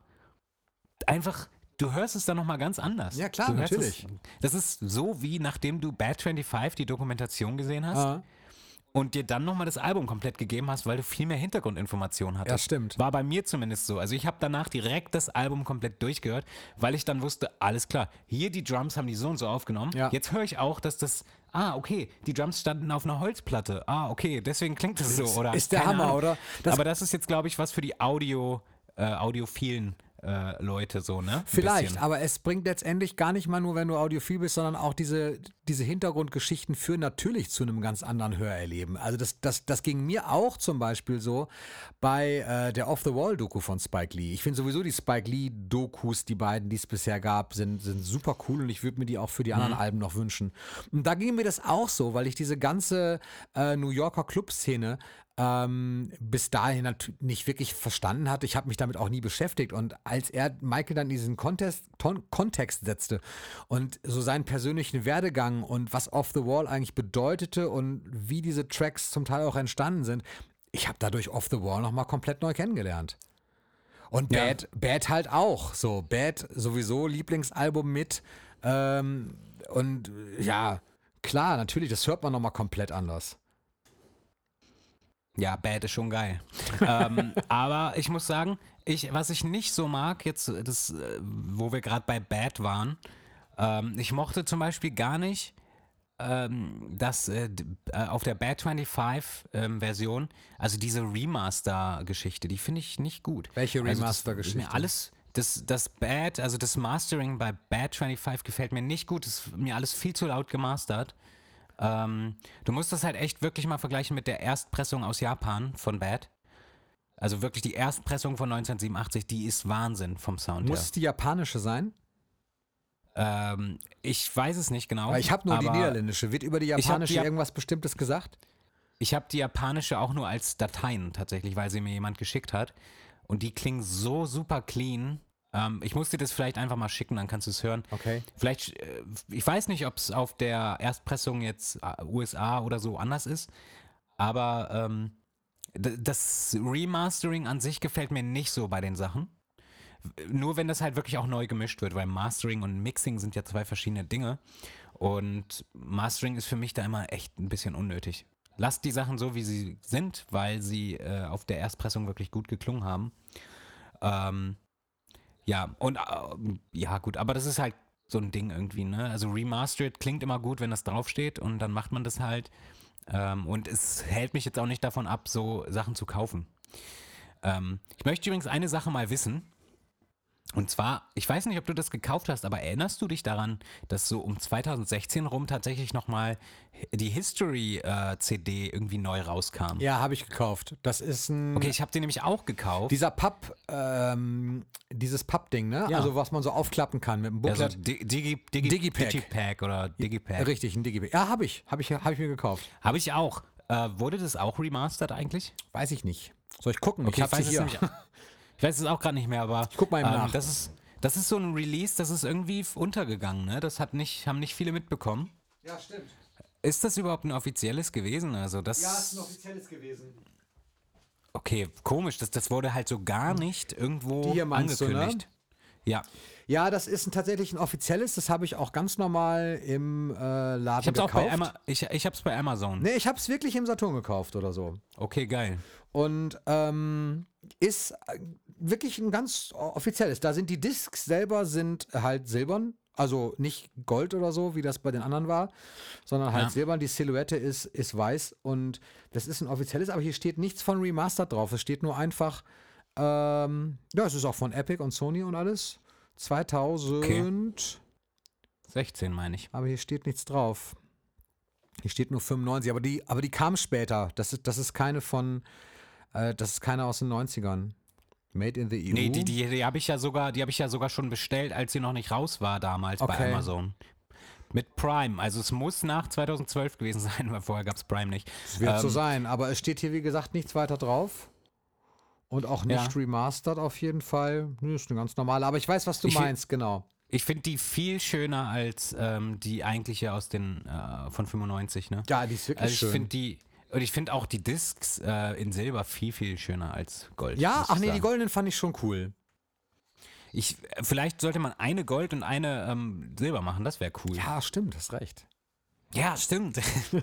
einfach, du hörst es dann nochmal ganz anders. Ja, klar, Du hörst natürlich. Es, das ist so, wie nachdem du Bad fünfundzwanzig, die Dokumentation gesehen hast, Ah, und dir dann nochmal das Album komplett gegeben hast, weil du viel mehr Hintergrundinformationen hattest. Ja, stimmt. War bei mir zumindest so. Also ich habe danach direkt das Album komplett durchgehört, weil ich dann wusste, alles klar, hier die Drums haben die so und so aufgenommen. Ja. Jetzt höre ich auch, dass das, ah, okay, die Drums standen auf einer Holzplatte. Ah, okay, deswegen klingt das so. Oder, ist der keine Hammer, Ahnung. oder? Das- Aber das ist jetzt, glaube ich, was für die Audio, äh, audiophilen äh, Leute so, ne? Ein Vielleicht, bisschen. aber es bringt letztendlich gar nicht mal nur, wenn du audiophil bist, sondern auch diese, diese Hintergrundgeschichten führen natürlich zu einem ganz anderen Hörerleben. Also das, das, das ging mir auch zum Beispiel so bei äh, der Off-the-Wall-Doku von Spike Lee. Ich finde sowieso die Spike Lee-Dokus, die beiden, die es bisher gab, sind, sind super cool und ich würde mir die auch für die anderen mhm. Alben noch wünschen. Und da ging mir das auch so, weil ich diese ganze äh, New Yorker Clubszene Ähm, bis dahin natürlich nicht wirklich verstanden hatte. Ich habe mich damit auch nie beschäftigt. Und als er Michael dann in diesen Contest, ton, Kontext setzte und so seinen persönlichen Werdegang und was Off the Wall eigentlich bedeutete und wie diese Tracks zum Teil auch entstanden sind, ich habe dadurch Off the Wall nochmal komplett neu kennengelernt. Und ja. Bad, Bad halt auch. So, Bad sowieso Lieblingsalbum mit. Ähm, und ja, klar, natürlich, das hört man nochmal komplett anders. Ja, Bad ist schon geil. ähm, aber ich muss sagen, ich, was ich nicht so mag, jetzt, das, wo wir gerade bei Bad waren, ähm, ich mochte zum Beispiel gar nicht, ähm, dass äh, auf der Bad fünfundzwanzig-Version, ähm, also diese Remaster-Geschichte, die finde ich nicht gut. Welche Remaster-Geschichte? Also alles, das, das Bad, also das Mastering bei Bad fünfundzwanzig gefällt mir nicht gut, das ist mir alles viel zu laut gemastert. Ähm, du musst das halt echt wirklich mal vergleichen mit der Erstpressung aus Japan von Bad. Also wirklich die Erstpressung von neunzehnhundertsiebenundachtzig, die ist Wahnsinn vom Sound Muss her. es die japanische sein? Ähm, ich weiß es nicht genau. Weil ich habe nur die niederländische. Wird über die japanische die, irgendwas Bestimmtes gesagt? Ich habe die japanische auch nur als Dateien tatsächlich, weil sie mir jemand geschickt hat. Und die klingen so super clean. Ähm, ich muss dir das vielleicht einfach mal schicken, dann kannst du es hören. Okay. Vielleicht, äh, ich weiß nicht, ob es auf der Erstpressung jetzt äh, U S A oder so anders ist, aber ähm, d- das Remastering an sich gefällt mir nicht so bei den Sachen. Nur wenn das halt wirklich auch neu gemischt wird, weil Mastering und Mixing sind ja zwei verschiedene Dinge. Und Mastering ist für mich da immer echt ein bisschen unnötig. Lasst die Sachen so, wie sie sind, weil sie äh, auf der Erstpressung wirklich gut geklungen haben. Ähm, ja, und äh, ja gut, aber das ist halt so ein Ding irgendwie, ne? Also Remastered klingt immer gut, wenn das draufsteht und dann macht man das halt. Ähm, und es hält mich jetzt auch nicht davon ab, so Sachen zu kaufen. Ähm, ich möchte übrigens eine Sache mal wissen. Und zwar, ich weiß nicht, ob du das gekauft hast, aber erinnerst du dich daran, dass so um zweitausendsechzehn rum tatsächlich nochmal die History-C D äh, irgendwie neu rauskam? Ja, habe ich gekauft. Das ist ein... Okay, ich habe die nämlich auch gekauft. Dieser Papp, ähm, dieses Papp-Ding, ne? Ja. Also was man so aufklappen kann mit dem Booklet. Ja, so Digi, Digi, Digi, Digipack. Digipack oder Digipack. Richtig, ein Digipack. Ja, habe ich. Habe ich, hab ich mir gekauft. Habe ich auch. Äh, wurde das auch remastered eigentlich? Weiß ich nicht. Soll ich gucken? Okay, ich habe weiß sie hier. es nämlich, ich weiß es auch gerade nicht mehr, aber Ich guck mal eben ähm, nach. das ist das ist so ein Release, das ist irgendwie f- untergegangen, ne? Das hat nicht, haben nicht viele mitbekommen. Ja, stimmt. Ist das überhaupt ein offizielles gewesen? Also das. Ja, ist ein offizielles gewesen. Okay, komisch, das, das wurde halt so gar nicht irgendwo Die hier meinst du, ne? angekündigt. Ja. Ja, das ist ein, tatsächlich ein offizielles. Das habe ich auch ganz normal im äh, Laden Ich hab's auch gekauft. bei Ama- ich, ich hab's bei Amazon. Nee, ich habe es wirklich im Saturn gekauft oder so. Okay, geil. Und ähm, ist äh, wirklich ein ganz offizielles. Da sind die Discs selber sind halt silbern, also nicht Gold oder so, wie das bei den anderen war, sondern halt Ja. silbern. Die Silhouette ist, ist weiß und das ist ein offizielles, aber hier steht nichts von Remastered drauf. Es steht nur einfach, ähm, ja, es ist auch von Epic und Sony und alles. zweitausend, sechzehn meine ich. aber hier steht nichts drauf. Hier steht nur fünfundneunzig, aber die, aber die kam später. Das ist, das ist keine von, äh, das ist keine aus den neunzigern. Made in the E U. Nee, die, die, die habe ich ja sogar, die habe ich ja sogar schon bestellt, als sie noch nicht raus war damals bei Okay. Amazon. Mit Prime. Also es muss nach zweitausendzwölf gewesen sein, weil vorher gab es Prime nicht. Es wird so Ähm, sein, aber es steht hier, wie gesagt, nichts weiter drauf. Und auch nicht Ja. remastered auf jeden Fall. Nee, ist eine ganz normale, aber ich weiß, was du Ich find- meinst, genau. Ich finde die viel schöner als ähm, die eigentliche aus den äh, von fünfundneunzig, ne? Ja, die ist wirklich Also ich schön. finde die und ich finde auch die Discs äh, in Silber viel viel schöner als Gold. Ja, muss ach ich nee, die sagen. goldenen fand ich schon cool. Ich vielleicht sollte man eine Gold und eine ähm, Silber machen, das wäre cool. Ja, stimmt, hast recht. Ja, stimmt.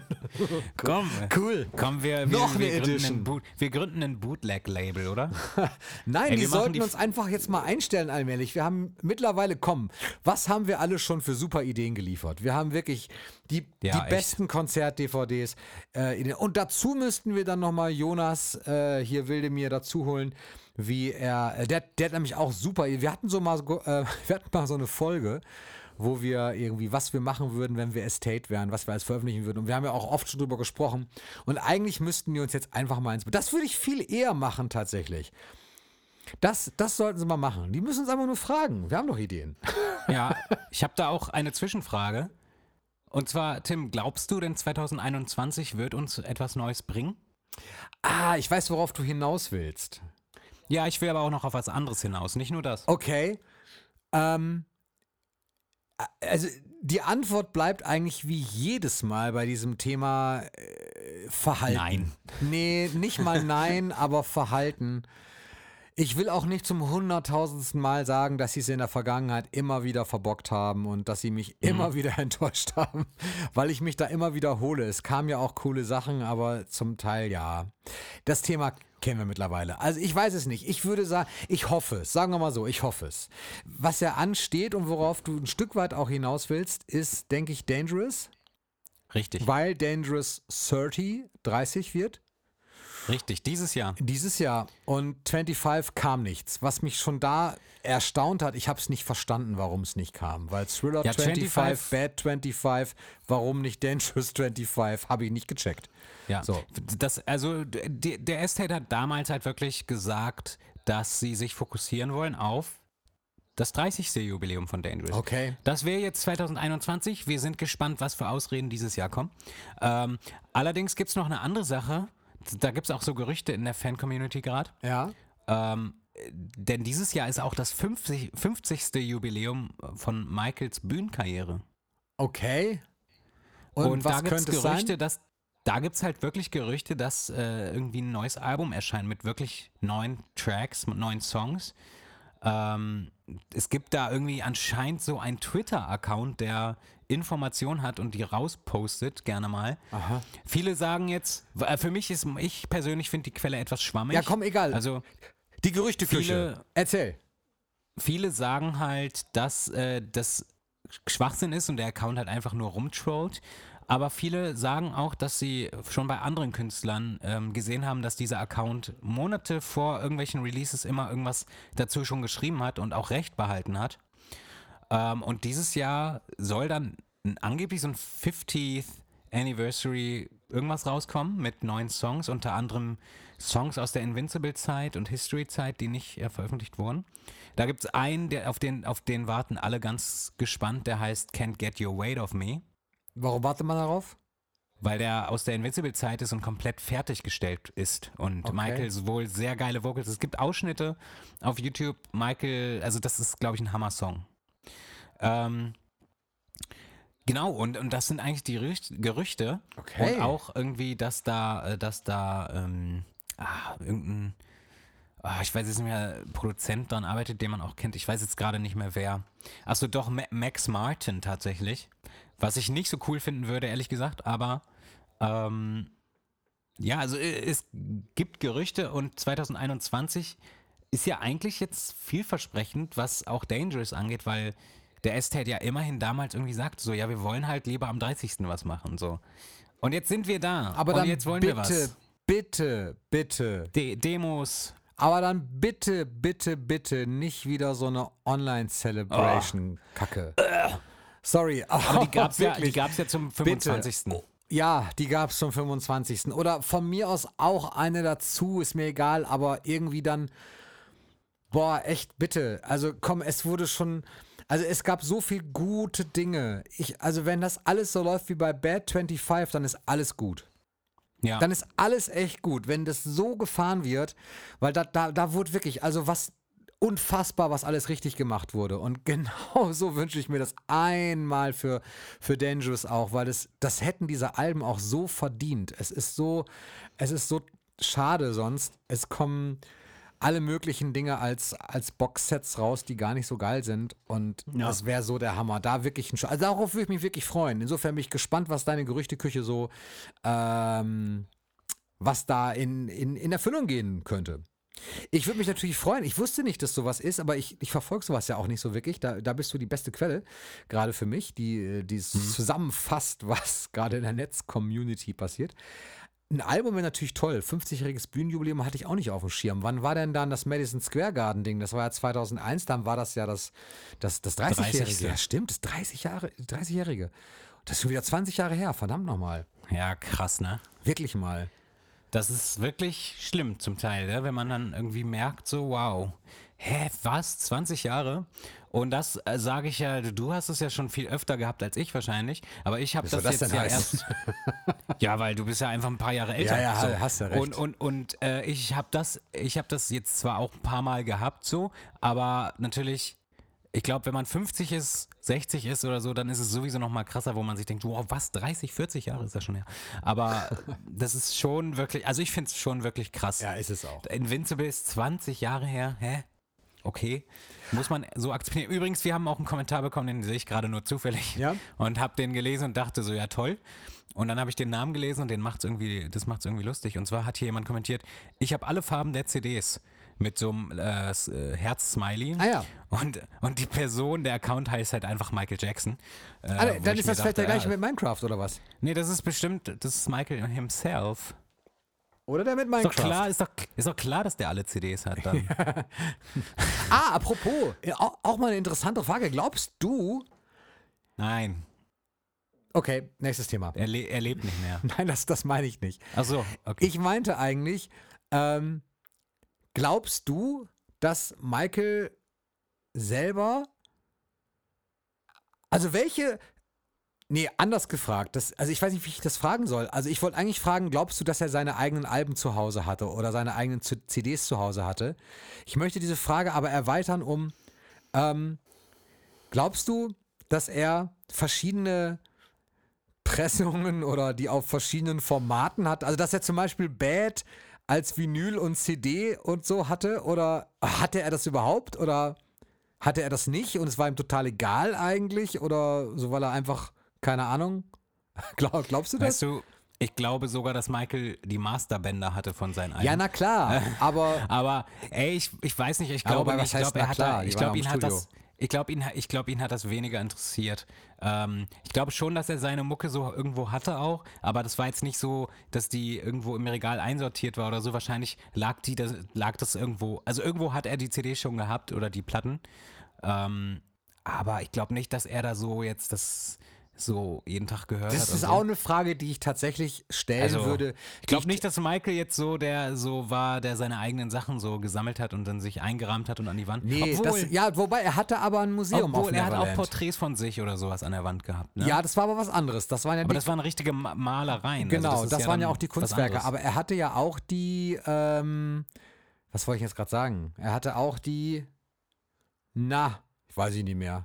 Komm, Cool. komm, wir, wir, Noch eine wir, gründen Edition. ein Boot, wir gründen ein Bootleg-Label, oder? Nein, Ey, die wir machen sollten die uns einfach jetzt mal einstellen allmählich. Wir haben mittlerweile, komm, was haben wir alle schon für super Ideen geliefert? Wir haben wirklich die, Ja, die echt. besten Konzert-D V Ds. Äh, in den- und dazu müssten wir dann nochmal Jonas äh, hier wilde mir dazu holen, wie er, äh, der, der hat nämlich auch super, wir hatten so mal, so, äh, wir hatten mal so eine Folge, wo wir irgendwie, was wir machen würden, wenn wir Estate wären, was wir als veröffentlichen würden. Und wir haben ja auch oft schon drüber gesprochen. Und eigentlich müssten die uns jetzt einfach mal ins... Das würde ich viel eher machen tatsächlich. Das, das sollten sie mal machen. Die müssen uns einfach nur fragen. Wir haben doch Ideen. Ja, ich habe da auch eine Zwischenfrage. Und zwar, Tim, glaubst du denn zwanzig einundzwanzig wird uns etwas Neues bringen? Ah, ich weiß, worauf du hinaus willst. Ja, ich will aber auch noch auf was anderes hinaus, nicht nur das. Okay. Ähm, also die Antwort bleibt eigentlich wie jedes Mal bei diesem Thema äh, Verhalten. Nein. Nee, nicht mal nein, aber Verhalten. Ich will auch nicht zum hunderttausendsten Mal sagen, dass sie es in der Vergangenheit immer wieder verbockt haben und dass sie mich mhm. immer wieder enttäuscht haben, weil ich mich da immer wiederhole. Es kamen ja auch coole Sachen, aber zum Teil ja. Das Thema kennen wir mittlerweile. Also ich weiß es nicht. Ich würde sagen, ich hoffe es. Sagen wir mal so, ich hoffe es. Was ja ansteht und worauf du ein Stück weit auch hinaus willst, ist, denke ich, Dangerous. Richtig. Weil Dangerous dreißig, dreißig wird. Richtig, dieses Jahr. Dieses Jahr. Und fünfundzwanzig kam nichts. Was mich schon da erstaunt hat, ich habe es nicht verstanden, warum es nicht kam. Weil Thriller Ja, fünfundzwanzig, fünfundzwanzig Bad fünfundzwanzig, warum nicht Dangerous fünfundzwanzig, habe ich nicht gecheckt. Ja, so. Das, also die, der Estate hat damals halt wirklich gesagt, dass sie sich fokussieren wollen auf das dreißigste Jubiläum von Dangerous. Okay. Das wäre jetzt zwanzig einundzwanzig. Wir sind gespannt, was für Ausreden dieses Jahr kommen. Ähm, allerdings gibt es noch eine andere Sache. Da gibt es auch so Gerüchte in der Fan-Community gerade. Ja. Ähm, denn dieses Jahr ist auch das fünfzig, fünfzigste Jubiläum von Michaels Bühnenkarriere. Okay. Und, Und was da gibt es könnte es Gerüchte, sein? dass da gibt es halt wirklich Gerüchte, dass äh, irgendwie ein neues Album erscheint mit wirklich neuen Tracks, mit neuen Songs. Ähm, es gibt da irgendwie anscheinend so einen Twitter-Account, der Informationen hat und die rauspostet, gerne mal. Aha. Viele sagen jetzt, äh, für mich ist, ich persönlich finde die Quelle etwas schwammig. Ja, komm, egal. Also die Gerüchteküche. viele- Erzähl. viele sagen halt, dass äh, das Schwachsinn ist und der Account halt einfach nur rumtrollt. Aber viele sagen auch, dass sie schon bei anderen Künstlern ähm, gesehen haben, dass dieser Account Monate vor irgendwelchen Releases immer irgendwas dazu schon geschrieben hat und auch Recht behalten hat. Ähm, und dieses Jahr soll dann angeblich so ein fünfzigste Anniversary irgendwas rauskommen mit neuen Songs, unter anderem Songs aus der Invincible-Zeit und History-Zeit, die nicht äh, veröffentlicht wurden. Da gibt es einen, der, auf, den, auf den warten alle ganz gespannt, der heißt Can't Get Your Weight Off Me. Warum wartet man darauf? Weil der aus der Invincible-Zeit ist und komplett fertiggestellt ist. Und Okay. Michael sowohl sehr geile Vocals. Es gibt Ausschnitte auf YouTube. Michael, also das ist, glaube ich, ein Hammer-Song. Ähm, genau, und, und das sind eigentlich die Rücht- Gerüchte. Okay. Und auch irgendwie, dass da, äh, dass da, ähm, ah, irgendein, ah, ich weiß jetzt nicht mehr, Produzent dran arbeitet, den man auch kennt. Ich weiß jetzt gerade nicht mehr wer. Achso, doch, Ma- Max Martin tatsächlich. Was ich nicht so cool finden würde, ehrlich gesagt, aber ähm, ja, also äh, es gibt Gerüchte und zwanzig einundzwanzig ist ja eigentlich jetzt vielversprechend, was auch Dangerous angeht, weil der Estate ja immerhin damals irgendwie sagt, so, ja, wir wollen halt lieber am dreißigsten was machen, so. Und jetzt sind wir da. Aber und dann jetzt wollen bitte, wir was. bitte, bitte. De- Demos. Aber dann bitte, bitte, bitte nicht wieder so eine Online-Celebration-Kacke. Sorry, Aber die gab's ja, die wirklich. gab's ja zum fünfundzwanzigsten Ja, die gab es zum fünfundzwanzigsten Oder von mir aus auch eine dazu, ist mir egal, aber irgendwie dann, boah, echt, bitte. Also komm, es wurde schon, also es gab so viel gute Dinge. Ich, also wenn das alles so läuft wie bei Bad fünfundzwanzig, dann ist alles gut. Ja. Dann ist alles echt gut, wenn das so gefahren wird, weil da, da, da wurde wirklich, also was unfassbar, was alles richtig gemacht wurde. Und genau so wünsche ich mir das einmal für, für Dangerous auch, weil das, das hätten diese Alben auch so verdient. Es ist so, es ist so schade sonst. Es kommen alle möglichen Dinge als, als Boxsets raus, die gar nicht so geil sind. Und Ja. das wäre so der Hammer. Da wirklich ein Sch- Also darauf würde ich mich wirklich freuen. Insofern bin ich gespannt, was deine Gerüchteküche so, ähm, was da in, in, in Erfüllung gehen könnte. Ich würde mich natürlich freuen. Ich wusste nicht, dass sowas ist, aber ich, ich verfolge sowas ja auch nicht so wirklich. Da, da bist du die beste Quelle, gerade für mich, die, die es zusammenfasst, was gerade in der Netz-Community passiert. ein Album wäre natürlich toll. fünfzigjähriges Bühnenjubiläum hatte ich auch nicht auf dem Schirm. Wann war denn dann das Madison Square Garden Ding? Das war ja zweitausendeins, dann war das ja das, das, das dreißigjährige. dreißigste. Ja, stimmt, das dreißig Jahre, dreißigjährige. Das ist schon wieder zwanzig Jahre her, verdammt nochmal. Ja, krass, ne? Wirklich mal. Das ist wirklich schlimm zum Teil, ne? Wenn man dann irgendwie merkt, so wow, hä, was, zwanzig Jahre? Und das äh, sage ich ja, du hast es ja schon viel öfter gehabt als ich wahrscheinlich, aber ich habe das, soll das jetzt denn ja heißen? erst, ja, weil du bist ja einfach ein paar Jahre älter. Ja, ja, so. hast ja recht. Und, und, und äh, ich habe das, ich habe das jetzt zwar auch ein paar Mal gehabt so, aber natürlich, ich glaube, wenn man fünfzig ist, sechzig ist oder so, dann ist es sowieso noch mal krasser, wo man sich denkt, wow, was, dreißig, vierzig Jahre ist das schon her. Aber das ist schon wirklich, also ich finde es schon wirklich krass. Ja, ist es auch. Invincible ist zwanzig Jahre her, hä? Okay, muss man so akzeptieren. Übrigens, wir haben auch einen Kommentar bekommen, den sehe ich gerade nur zufällig. Ja? Und habe den gelesen und dachte so, ja toll. Und dann habe ich den Namen gelesen und den macht's irgendwie, das macht's irgendwie lustig. Und zwar hat hier jemand kommentiert, ich habe alle Farben der C Ds mit so einem äh, S- äh, Herz-Smiley. Ah ja. Und, und die Person, der Account heißt halt einfach Michael Jackson. Äh, Ah, wo dann ich ist mir das vielleicht der dachte, gleiche ja, mit Minecraft oder was? Nee, das ist bestimmt, das ist Michael himself. Oder der mit Ist doch Minecraft? klar, ist doch, ist doch klar, dass der alle C Ds hat dann. Ah, apropos, ja, auch, auch mal eine interessante Frage. Glaubst du, Nein, okay, nächstes Thema. er, le er lebt nicht mehr. Nein, das, das meine ich nicht. Ach so, okay. Ich meinte eigentlich, ähm, glaubst du, dass Michael selber, also welche, nee, anders gefragt, das, also ich weiß nicht, wie ich das fragen soll. Also ich wollte eigentlich fragen, glaubst du, dass er seine eigenen Alben zu Hause hatte oder seine eigenen Z- C Ds zu Hause hatte? Ich möchte diese Frage aber erweitern um, ähm, glaubst du, dass er verschiedene Pressungen oder die auf verschiedenen Formaten hat? Also dass er zum Beispiel Bad als Vinyl und C D und so hatte? Oder hatte er das überhaupt? Oder hatte er das nicht und es war ihm total egal eigentlich? Oder so, weil er einfach, keine Ahnung. Glaub, glaubst du das? Weißt du, ich glaube sogar, dass Michael die Masterbänder hatte von seinen Alben. Ja, na klar, aber Aber ey, ich, ich weiß nicht, ich Aber glaube, was nicht, ich heißt glaube, na er hat klar? da, Die ich waren glaube, am ihn hat Studio. das, ich glaube, ihn, ich glaube, ihn hat das weniger interessiert. Ähm, ich glaube schon, dass er seine Mucke so irgendwo hatte auch, aber das war jetzt nicht so, dass die irgendwo im Regal einsortiert war oder so. Wahrscheinlich lag die, das, lag das irgendwo, also irgendwo hat er die C D schon gehabt oder die Platten. Ähm, aber ich glaube nicht, dass er da so jetzt das so jeden Tag gehört hat. das und ist so. auch eine Frage, die ich tatsächlich stellen Also, würde. Ich glaube nicht, dass Michael jetzt so der so war, der seine eigenen Sachen so gesammelt hat und dann sich eingerahmt hat und an die Wand. Nee, obwohl, das, ja, wobei er hatte aber ein Museum auf obwohl er hat auch Neverland. Porträts von sich oder sowas an der Wand gehabt. Ne? Ja, das war aber was anderes. Das waren ja aber die, das waren richtige Ma- Malereien. genau, also das, ist waren ja dann auch die was Kunstwerke. anderes. Aber er hatte ja auch die, ähm, was wollte ich jetzt gerade sagen? Er hatte auch die, na, ich weiß ich nicht mehr.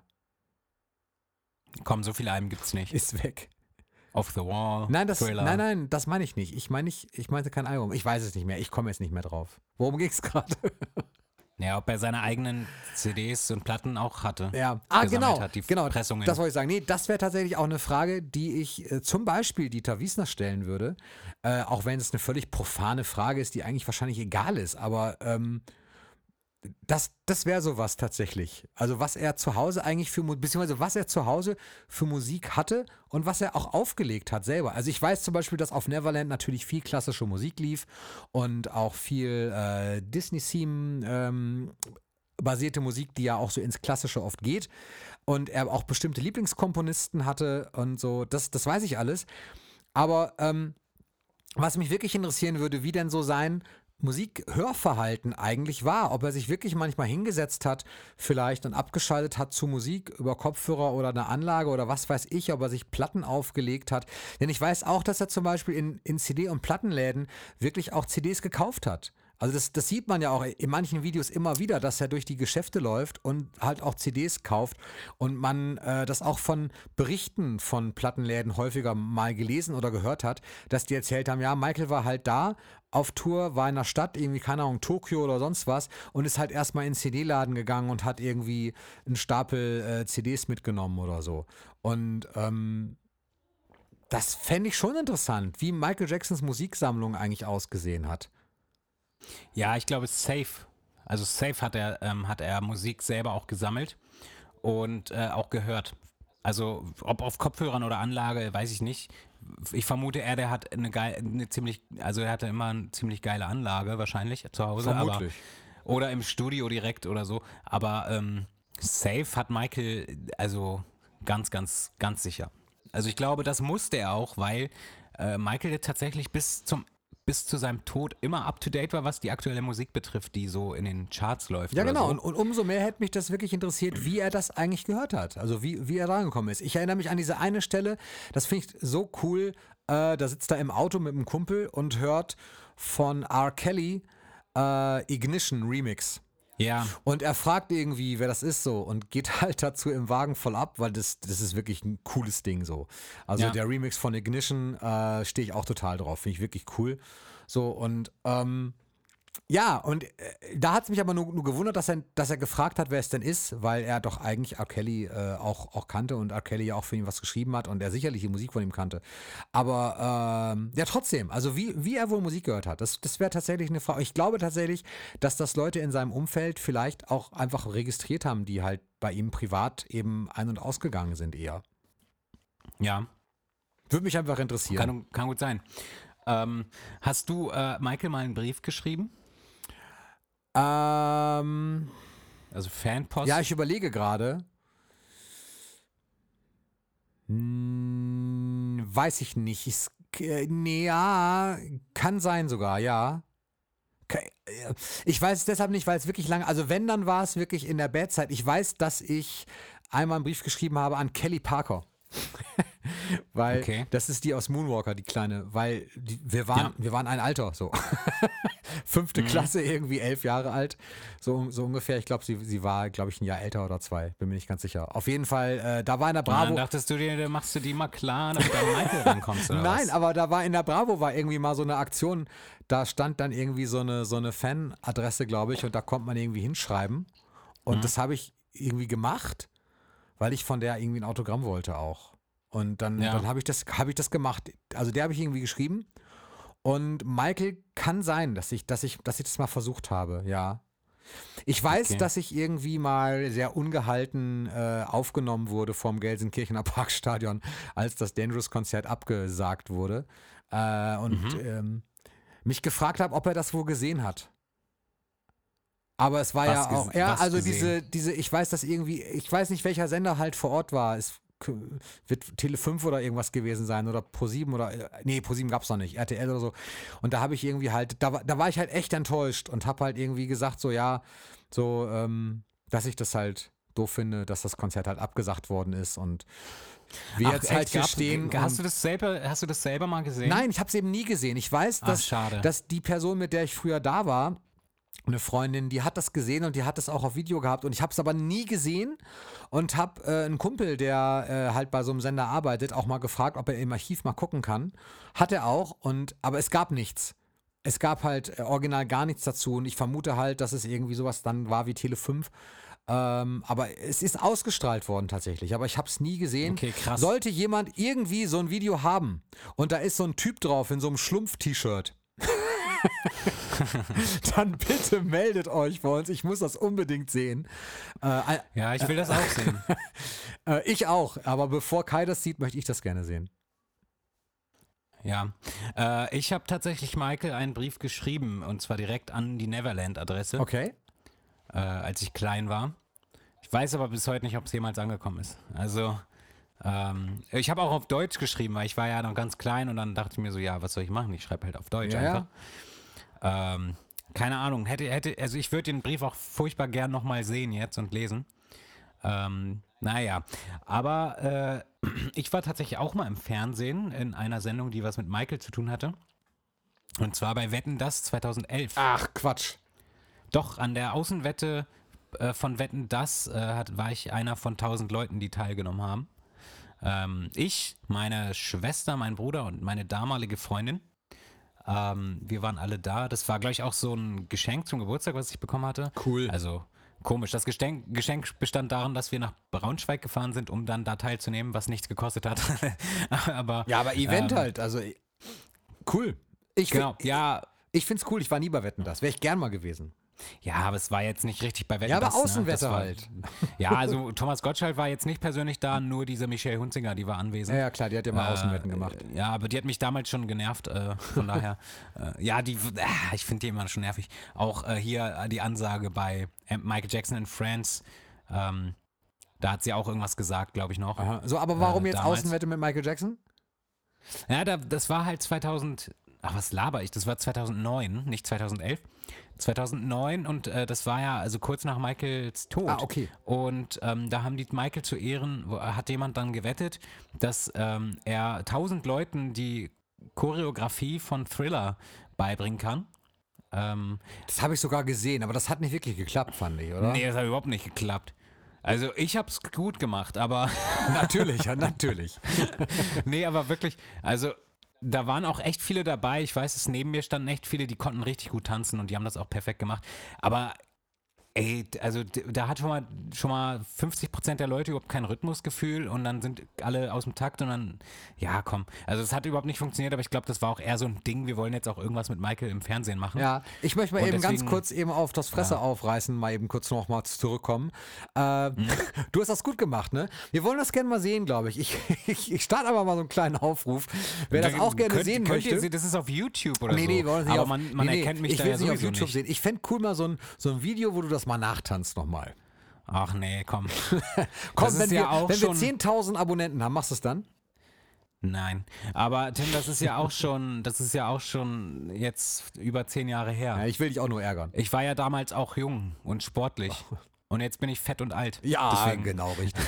Komm, so viele Alben gibt's nicht. Ist weg. Off the Wall, Nein, das, Thriller. nein, nein, das meine ich nicht. Ich meine nicht, ich meinte kein Album. Ich weiß es nicht mehr. Ich komme jetzt nicht mehr drauf. Worum ging es gerade? Ja, ob er seine eigenen C Ds und Platten auch hatte. Ja, ah, gesammelt genau, hat, die genau, Pressungen. das wollte ich sagen. Nee, das wäre tatsächlich auch eine Frage, die ich äh, zum Beispiel Dieter Wiesner stellen würde, äh, auch wenn es eine völlig profane Frage ist, die eigentlich wahrscheinlich egal ist, aber ähm, das, das wäre sowas tatsächlich. Also was er zu Hause eigentlich für, Mu- beziehungsweise was er zu Hause für Musik hatte und was er auch aufgelegt hat selber. Also ich weiß zum Beispiel, dass auf Neverland natürlich viel klassische Musik lief und auch viel äh, Disney-Theme ähm, basierte Musik, die ja auch so ins Klassische oft geht. Und er auch bestimmte Lieblingskomponisten hatte und so, das, das weiß ich alles. Aber ähm, was mich wirklich interessieren würde, wie denn so sein Musikhörverhalten eigentlich war, ob er sich wirklich manchmal hingesetzt hat, vielleicht und abgeschaltet hat zu Musik über Kopfhörer oder eine Anlage oder was weiß ich, ob er sich Platten aufgelegt hat. Denn ich weiß auch, dass er zum Beispiel in, in C D- und Plattenläden wirklich auch C Ds gekauft hat. Also das, das sieht man ja auch in manchen Videos immer wieder, dass er durch die Geschäfte läuft und halt auch C Ds kauft und man äh, das auch von Berichten von Plattenläden häufiger mal gelesen oder gehört hat, dass die erzählt haben, ja, Michael war halt da auf Tour, war in der Stadt, irgendwie, keine Ahnung, Tokio oder sonst was und ist halt erstmal in den C D-Laden gegangen und hat irgendwie einen Stapel äh, C Ds mitgenommen oder so. Und ähm, das fände ich schon interessant, wie Michael Jacksons Musiksammlung eigentlich ausgesehen hat. Ja, ich glaube, safe. Also safe hat er, ähm, hat er Musik selber auch gesammelt und äh, auch gehört. Also ob auf Kopfhörern oder Anlage, weiß ich nicht. Ich vermute, er, der hat eine geile, eine ziemlich, also er hatte immer eine ziemlich geile Anlage wahrscheinlich zu Hause. Vermutlich. Aber, oder im Studio direkt oder so. Aber ähm, safe hat Michael, also ganz, ganz, ganz sicher. Also ich glaube, das musste er auch, weil äh, Michael tatsächlich bis zum bis zu seinem Tod immer up-to-date war, was die aktuelle Musik betrifft, die so in den Charts läuft. Ja, oder genau. So. Und, und umso mehr hätte mich das wirklich interessiert, wie er das eigentlich gehört hat. Also wie, wie er rangekommen ist. Ich erinnere mich an diese eine Stelle, das finde ich so cool. Äh, da sitzt er im Auto mit einem Kumpel und hört von R. Kelly äh, Ignition Remix. Ja, Und er fragt irgendwie, wer das ist so und geht halt dazu im Wagen voll ab, weil das, das ist wirklich ein cooles Ding so. Also Ja. der Remix von Ignition äh, stehe ich auch total drauf, finde ich wirklich cool. So und ähm, ja, und äh, da hat es mich aber nur, nur gewundert, dass er, dass er gefragt hat, wer es denn ist, weil er doch eigentlich R. Kelly äh, auch, auch kannte und R. Kelly ja auch für ihn was geschrieben hat und er sicherlich die Musik von ihm kannte. Aber ähm, ja, trotzdem, also wie, wie er wohl Musik gehört hat, das, das wäre tatsächlich eine Frage. Ich glaube tatsächlich, dass das Leute in seinem Umfeld vielleicht auch einfach registriert haben, die halt bei ihm privat eben ein- und ausgegangen sind eher. ja, Würde mich einfach interessieren. kann, kann gut sein. Ähm, hast du äh, Michael mal einen Brief geschrieben? Ähm, Also Fanpost? ja, ich überlege gerade. Hm, weiß ich nicht. Ich, äh, nee, ja, kann sein sogar, ja. Ke- äh, Ich weiß es deshalb nicht, weil es wirklich lange, also wenn, dann war es wirklich in der Bad-Zeit. Ich weiß, dass ich einmal einen Brief geschrieben habe an Kelly Parker. Weil Okay. das ist die aus Moonwalker, die kleine, weil die, wir, waren, Ja. wir waren ein Alter, so. Fünfte Klasse, irgendwie elf Jahre alt, so, so ungefähr. Ich glaube, sie, sie war, glaube ich, ein Jahr älter oder zwei, bin mir nicht ganz sicher. Auf jeden Fall, äh, da war in der Und dann Bravo. dachtest du dir, dann machst du die mal klar, damit du an Michael rankommst oder Nein, was? aber da war in der Bravo war irgendwie mal so eine Aktion, da stand dann irgendwie so eine, so eine Fanadresse, glaube ich, und da konnte man irgendwie hinschreiben. Und das habe ich irgendwie gemacht, weil ich von der irgendwie ein Autogramm wollte auch. Und dann, Ja. dann habe ich das, habe ich das gemacht. Also der habe ich irgendwie geschrieben. Und Michael kann sein, dass ich, dass ich, dass ich das mal versucht habe, ja. Ich weiß, Okay. dass ich irgendwie mal sehr ungehalten äh, aufgenommen wurde vom Gelsenkirchener Parkstadion, als das Dangerous-Konzert abgesagt wurde. Äh, und Mhm. ähm, mich gefragt habe, ob er das wohl gesehen hat. Aber es war Was ja auch, ges- ja, was also gesehen? diese, diese, ich weiß, dass irgendwie, ich weiß nicht, welcher Sender halt vor Ort war. Es k- wird Tele fünf oder irgendwas gewesen sein oder Pro sieben oder, äh, nee, Pro sieben gab's noch nicht, R T L oder so. Und da habe ich irgendwie halt, da, war- da war ich halt echt enttäuscht und habe halt irgendwie gesagt, so ja, so, ähm, dass ich das halt doof finde, dass das Konzert halt abgesagt worden ist und wir Ach, jetzt halt echt? hier Gab- stehen. Hast und- du das selber, hast du das selber mal gesehen? Nein, ich habe es eben nie gesehen. Ich weiß, Ach, dass, schade. dass die Person, mit der ich früher da war, eine Freundin, die hat das gesehen und die hat das auch auf Video gehabt und ich habe es aber nie gesehen und habe äh, einen Kumpel, der äh, halt bei so einem Sender arbeitet, auch mal gefragt, ob er im Archiv mal gucken kann. Hat er auch, und aber es gab nichts. Es gab halt äh, original gar nichts dazu und ich vermute halt, dass es irgendwie sowas dann war wie Tele fünf. Ähm, aber es ist ausgestrahlt worden tatsächlich, aber ich habe es nie gesehen. Okay, krass. Sollte jemand irgendwie so ein Video haben und da ist so ein Typ drauf in so einem Schlumpf-T-Shirt, dann bitte meldet euch bei uns. Ich muss das unbedingt sehen. Äh, Ja, ich will das auch sehen. äh, ich auch, aber bevor Kai das sieht, möchte ich das gerne sehen. Ja, äh, ich habe tatsächlich Michael einen Brief geschrieben und zwar direkt an die Neverland-Adresse, Okay. äh, als ich klein war. Ich weiß aber bis heute nicht, ob es jemals angekommen ist. Also, ähm, ich habe auch auf Deutsch geschrieben, weil ich war ja noch ganz klein und dann dachte ich mir so, ja, was soll ich machen? Ich schreibe halt auf Deutsch Ja, einfach. Ähm, keine Ahnung, hätte, hätte, also ich würde den Brief auch furchtbar gern nochmal sehen jetzt und lesen. Ähm, naja, aber äh, ich war tatsächlich auch mal im Fernsehen in einer Sendung, die was mit Michael zu tun hatte. Und zwar bei Wetten, das zweitausendelf. Ach, Quatsch. Doch, an der Außenwette äh, von Wetten, das äh, hat, war ich einer von tausend Leuten, die teilgenommen haben. Ähm, ich, meine Schwester, mein Bruder und meine damalige Freundin. Ähm, wir waren alle da. Das war, glaube ich, auch so ein Geschenk zum Geburtstag, was ich bekommen hatte. Cool. Also komisch. Das Geschenk, Geschenk bestand darin, dass wir nach Braunschweig gefahren sind, um dann da teilzunehmen, was nichts gekostet hat. aber Ja, aber Event ähm, halt. Also, cool. Ich, Genau, find- ja, ich finde es cool. Ich war nie bei Wetten, das. Wäre ich gern mal gewesen. Ja, aber es war jetzt nicht richtig bei Wetten, Ja, aber dass, ne? Außenwetter Das war, halt. Ja, also Thomas Gottschalk war jetzt nicht persönlich da, nur diese Michelle Hunzinger, die war anwesend. Ja, ja, klar, die hat ja mal Außenwetten gemacht. Äh, ja, aber die hat mich damals schon genervt, äh, von daher. Äh, ja, die, äh, ich finde die immer schon nervig. Auch äh, hier äh, die Ansage bei äh, Michael Jackson in France, ähm, da hat sie auch irgendwas gesagt, glaube ich noch. Aha. So, aber warum Äh, jetzt damals. Außenwette mit Michael Jackson? Ja, da, das war halt zweitausend, ach was laber ich, das war zweitausendneun, nicht zweitausendelf. zweitausendneun und äh, das war ja also kurz nach Michaels Tod. Ah, okay. Und ähm, da haben die Michael zu Ehren, wo- hat jemand dann gewettet, dass ähm, er tausend Leuten die Choreografie von Thriller beibringen kann. Ähm, Das habe ich sogar gesehen, aber das hat nicht wirklich geklappt, fand ich, oder? nee, das hat überhaupt nicht geklappt. Also ich hab's gut gemacht, aber Natürlich, ja, natürlich. nee, aber wirklich, also da waren auch echt viele dabei. Ich weiß es, neben mir standen echt viele, die konnten richtig gut tanzen und die haben das auch perfekt gemacht. Aber ey, also d- da hat schon mal, schon mal fünfzig Prozent der Leute überhaupt kein Rhythmusgefühl und dann sind alle aus dem Takt und dann, ja komm, also es hat überhaupt nicht funktioniert, aber ich glaube, das war auch eher so ein Ding, wir wollen jetzt auch irgendwas mit Michael im Fernsehen machen. Ja, ich möchte mal Und eben ganz deswegen- kurz eben auf das Fresse Ja. aufreißen, mal eben kurz noch mal zurückkommen. Äh, Du hast das gut gemacht, ne? Wir wollen das gerne mal sehen, glaube ich. Ich, ich. ich starte aber mal so einen kleinen Aufruf. Wer das auch gerne könnt, sehen könnt möchte. Ihr sehen, das ist auf YouTube oder Nee, so. nee, wir wollen es nicht aber auf, man, man nee, nee, erkennt mich ich da will ja es nicht auf sowieso YouTube nicht. sehen. Ich fände cool mal so ein, so ein Video, wo du das mal nachtanzt nochmal. Ach nee, komm. Komm, Das ist wenn, ja wir, auch wenn wir schon- zehntausend Abonnenten haben, machst du es dann? Nein, aber Tim, das ist ja auch schon, das ist ja auch schon jetzt über zehn Jahre her. Ja, ich will dich auch nur ärgern. Ich war ja damals auch jung und sportlich. Und jetzt bin ich fett und alt. Ja, Deswegen. genau, richtig.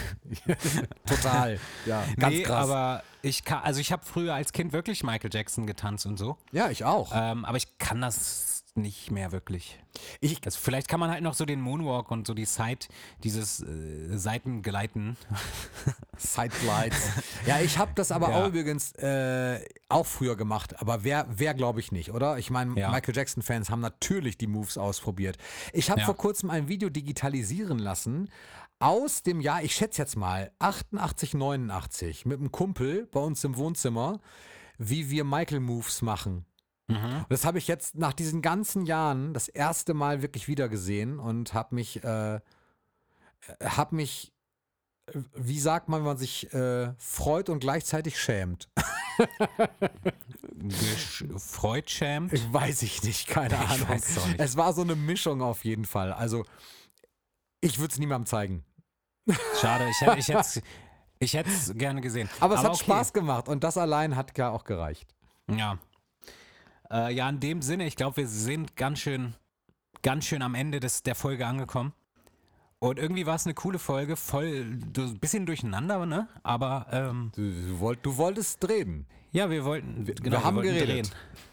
Total. Ja, ganz Nee, krass. aber ich kann, also ich habe früher als Kind wirklich Michael Jackson getanzt und so. Ja, ich auch. Ähm, aber ich kann das nicht mehr wirklich. Ich, Also vielleicht kann man halt noch so den Moonwalk und so die Side, dieses äh, Seitengleiten. Sideglides. Ja, ich habe das aber Ja. auch übrigens äh, auch früher gemacht, aber wer, wer glaube ich nicht, oder? Ich meine, Ja. Michael Jackson-Fans haben natürlich die Moves ausprobiert. Ich habe Ja. vor kurzem ein Video digitalisieren lassen aus dem Jahr, ich schätze jetzt mal, achtundachtzig, neunundachtzig, mit einem Kumpel bei uns im Wohnzimmer, wie wir Michael-Moves machen. Mhm. Und das habe ich jetzt nach diesen ganzen Jahren das erste Mal wirklich wieder gesehen und habe mich, äh, habe mich, äh, wie sagt man, wenn man sich äh, freut und gleichzeitig schämt? Freud schämt. Ich weiß ich nicht, keine Ich Ahnung. weiß es auch nicht. Es war so eine Mischung auf jeden Fall. Also ich würde es niemandem zeigen. Schade, ich hätte ich hätte ich hätte es gerne gesehen. Aber es hat okay. Spaß gemacht und das allein hat ja auch gereicht. Ja. Äh, ja, in dem Sinne, ich glaube, wir sind ganz schön, ganz schön am Ende des, der Folge angekommen. Und irgendwie war es eine coole Folge, voll, du- ein bisschen durcheinander, ne? Aber ähm, Du, du, wollt, du wolltest reden. ja, wir wollten, wir, genau, haben wollten geredet.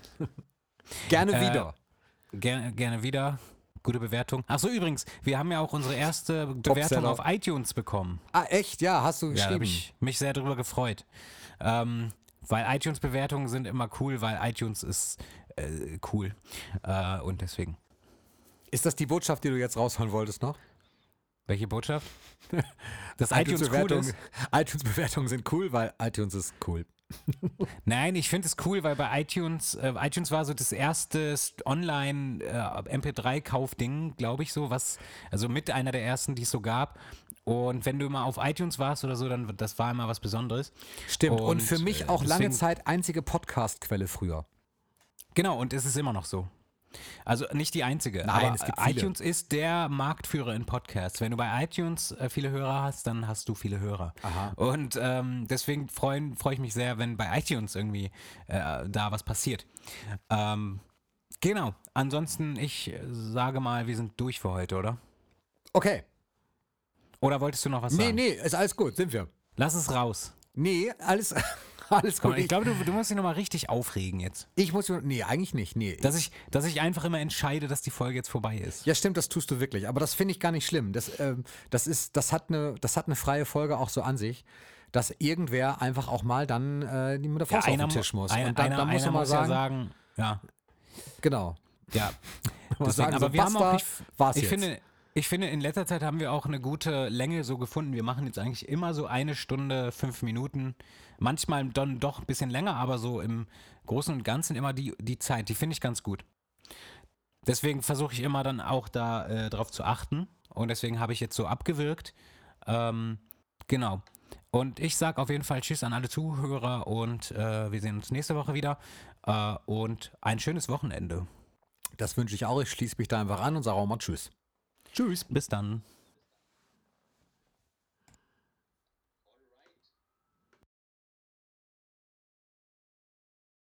Gerne Äh, wieder. Gerne, gerne wieder. Gute Bewertung. Achso, übrigens, wir haben ja auch unsere erste Bewertung Topseller. auf iTunes bekommen. Ah, echt? Ja, hast du Ja, da geschrieben. habe ich mich sehr darüber gefreut. Ähm, weil iTunes-Bewertungen sind immer cool, weil iTunes ist äh, cool. Äh, und deswegen. Ist das die Botschaft, die du jetzt raushauen wolltest noch? Welche Botschaft? Dass iTunes cool iTunes-Bewertungen ist? iTunes-Bewertungen sind cool, weil iTunes ist cool. Nein, ich finde es cool, weil bei iTunes, äh, iTunes war so das erste Online äh, M P drei Kaufding, glaube ich so, was, also mit einer der ersten, die es so gab. Und wenn du mal auf iTunes warst oder so, dann das war immer was Besonderes. Stimmt. Und, Und, für mich äh, auch lange deswegen- Zeit einzige Podcast-Quelle früher. Genau, und es ist immer noch so. Also nicht die einzige, Nein, aber es gibt viele. iTunes ist der Marktführer in Podcasts. Wenn du bei iTunes äh, viele Hörer hast, dann hast du viele Hörer. Aha. Und ähm, deswegen freue freu ich mich sehr, wenn bei iTunes irgendwie äh, da was passiert. Ähm, genau, ansonsten, ich äh, sage mal, wir sind durch für heute, oder? Okay. Oder wolltest du noch was Nee, sagen? nee, ist alles gut, sind wir. Lass es raus. Nee, alles, alles Komm, gut. ich Ich, glaube, du, du musst dich nochmal richtig aufregen jetzt. ich muss, nee, eigentlich nicht, nee. Dass ich, dass ich einfach immer entscheide, dass die Folge jetzt vorbei ist. Ja, stimmt, das tust du wirklich. Aber das finde ich gar nicht schlimm. Das, ähm, das, ist, das, hat eine, das hat eine freie Folge auch so an sich, dass irgendwer einfach auch mal dann äh, mit der Faust auf den mu- Tisch muss. Einer, Und dann, einer, dann muss einer man mal muss sagen, ja sagen, ja, genau. ja. Muss Deswegen, sagen, aber so, wir haben basta, auch, ich, war's ich jetzt. finde, ich finde, in letzter Zeit haben wir auch eine gute Länge so gefunden. Wir machen jetzt eigentlich immer so eine Stunde, fünf Minuten. Manchmal dann doch ein bisschen länger, aber so im Großen und Ganzen immer die, die Zeit. Die finde ich ganz gut. deswegen versuche ich immer dann auch da äh, drauf zu achten. Und deswegen habe ich jetzt so abgewirkt. Ähm, genau. Und ich sage auf jeden Fall Tschüss an alle Zuhörer und äh, wir sehen uns nächste Woche wieder. Äh, und ein schönes Wochenende. Das wünsche ich auch. Ich schließe mich da einfach an und sage auch mal Tschüss. Tschüss. Bis dann.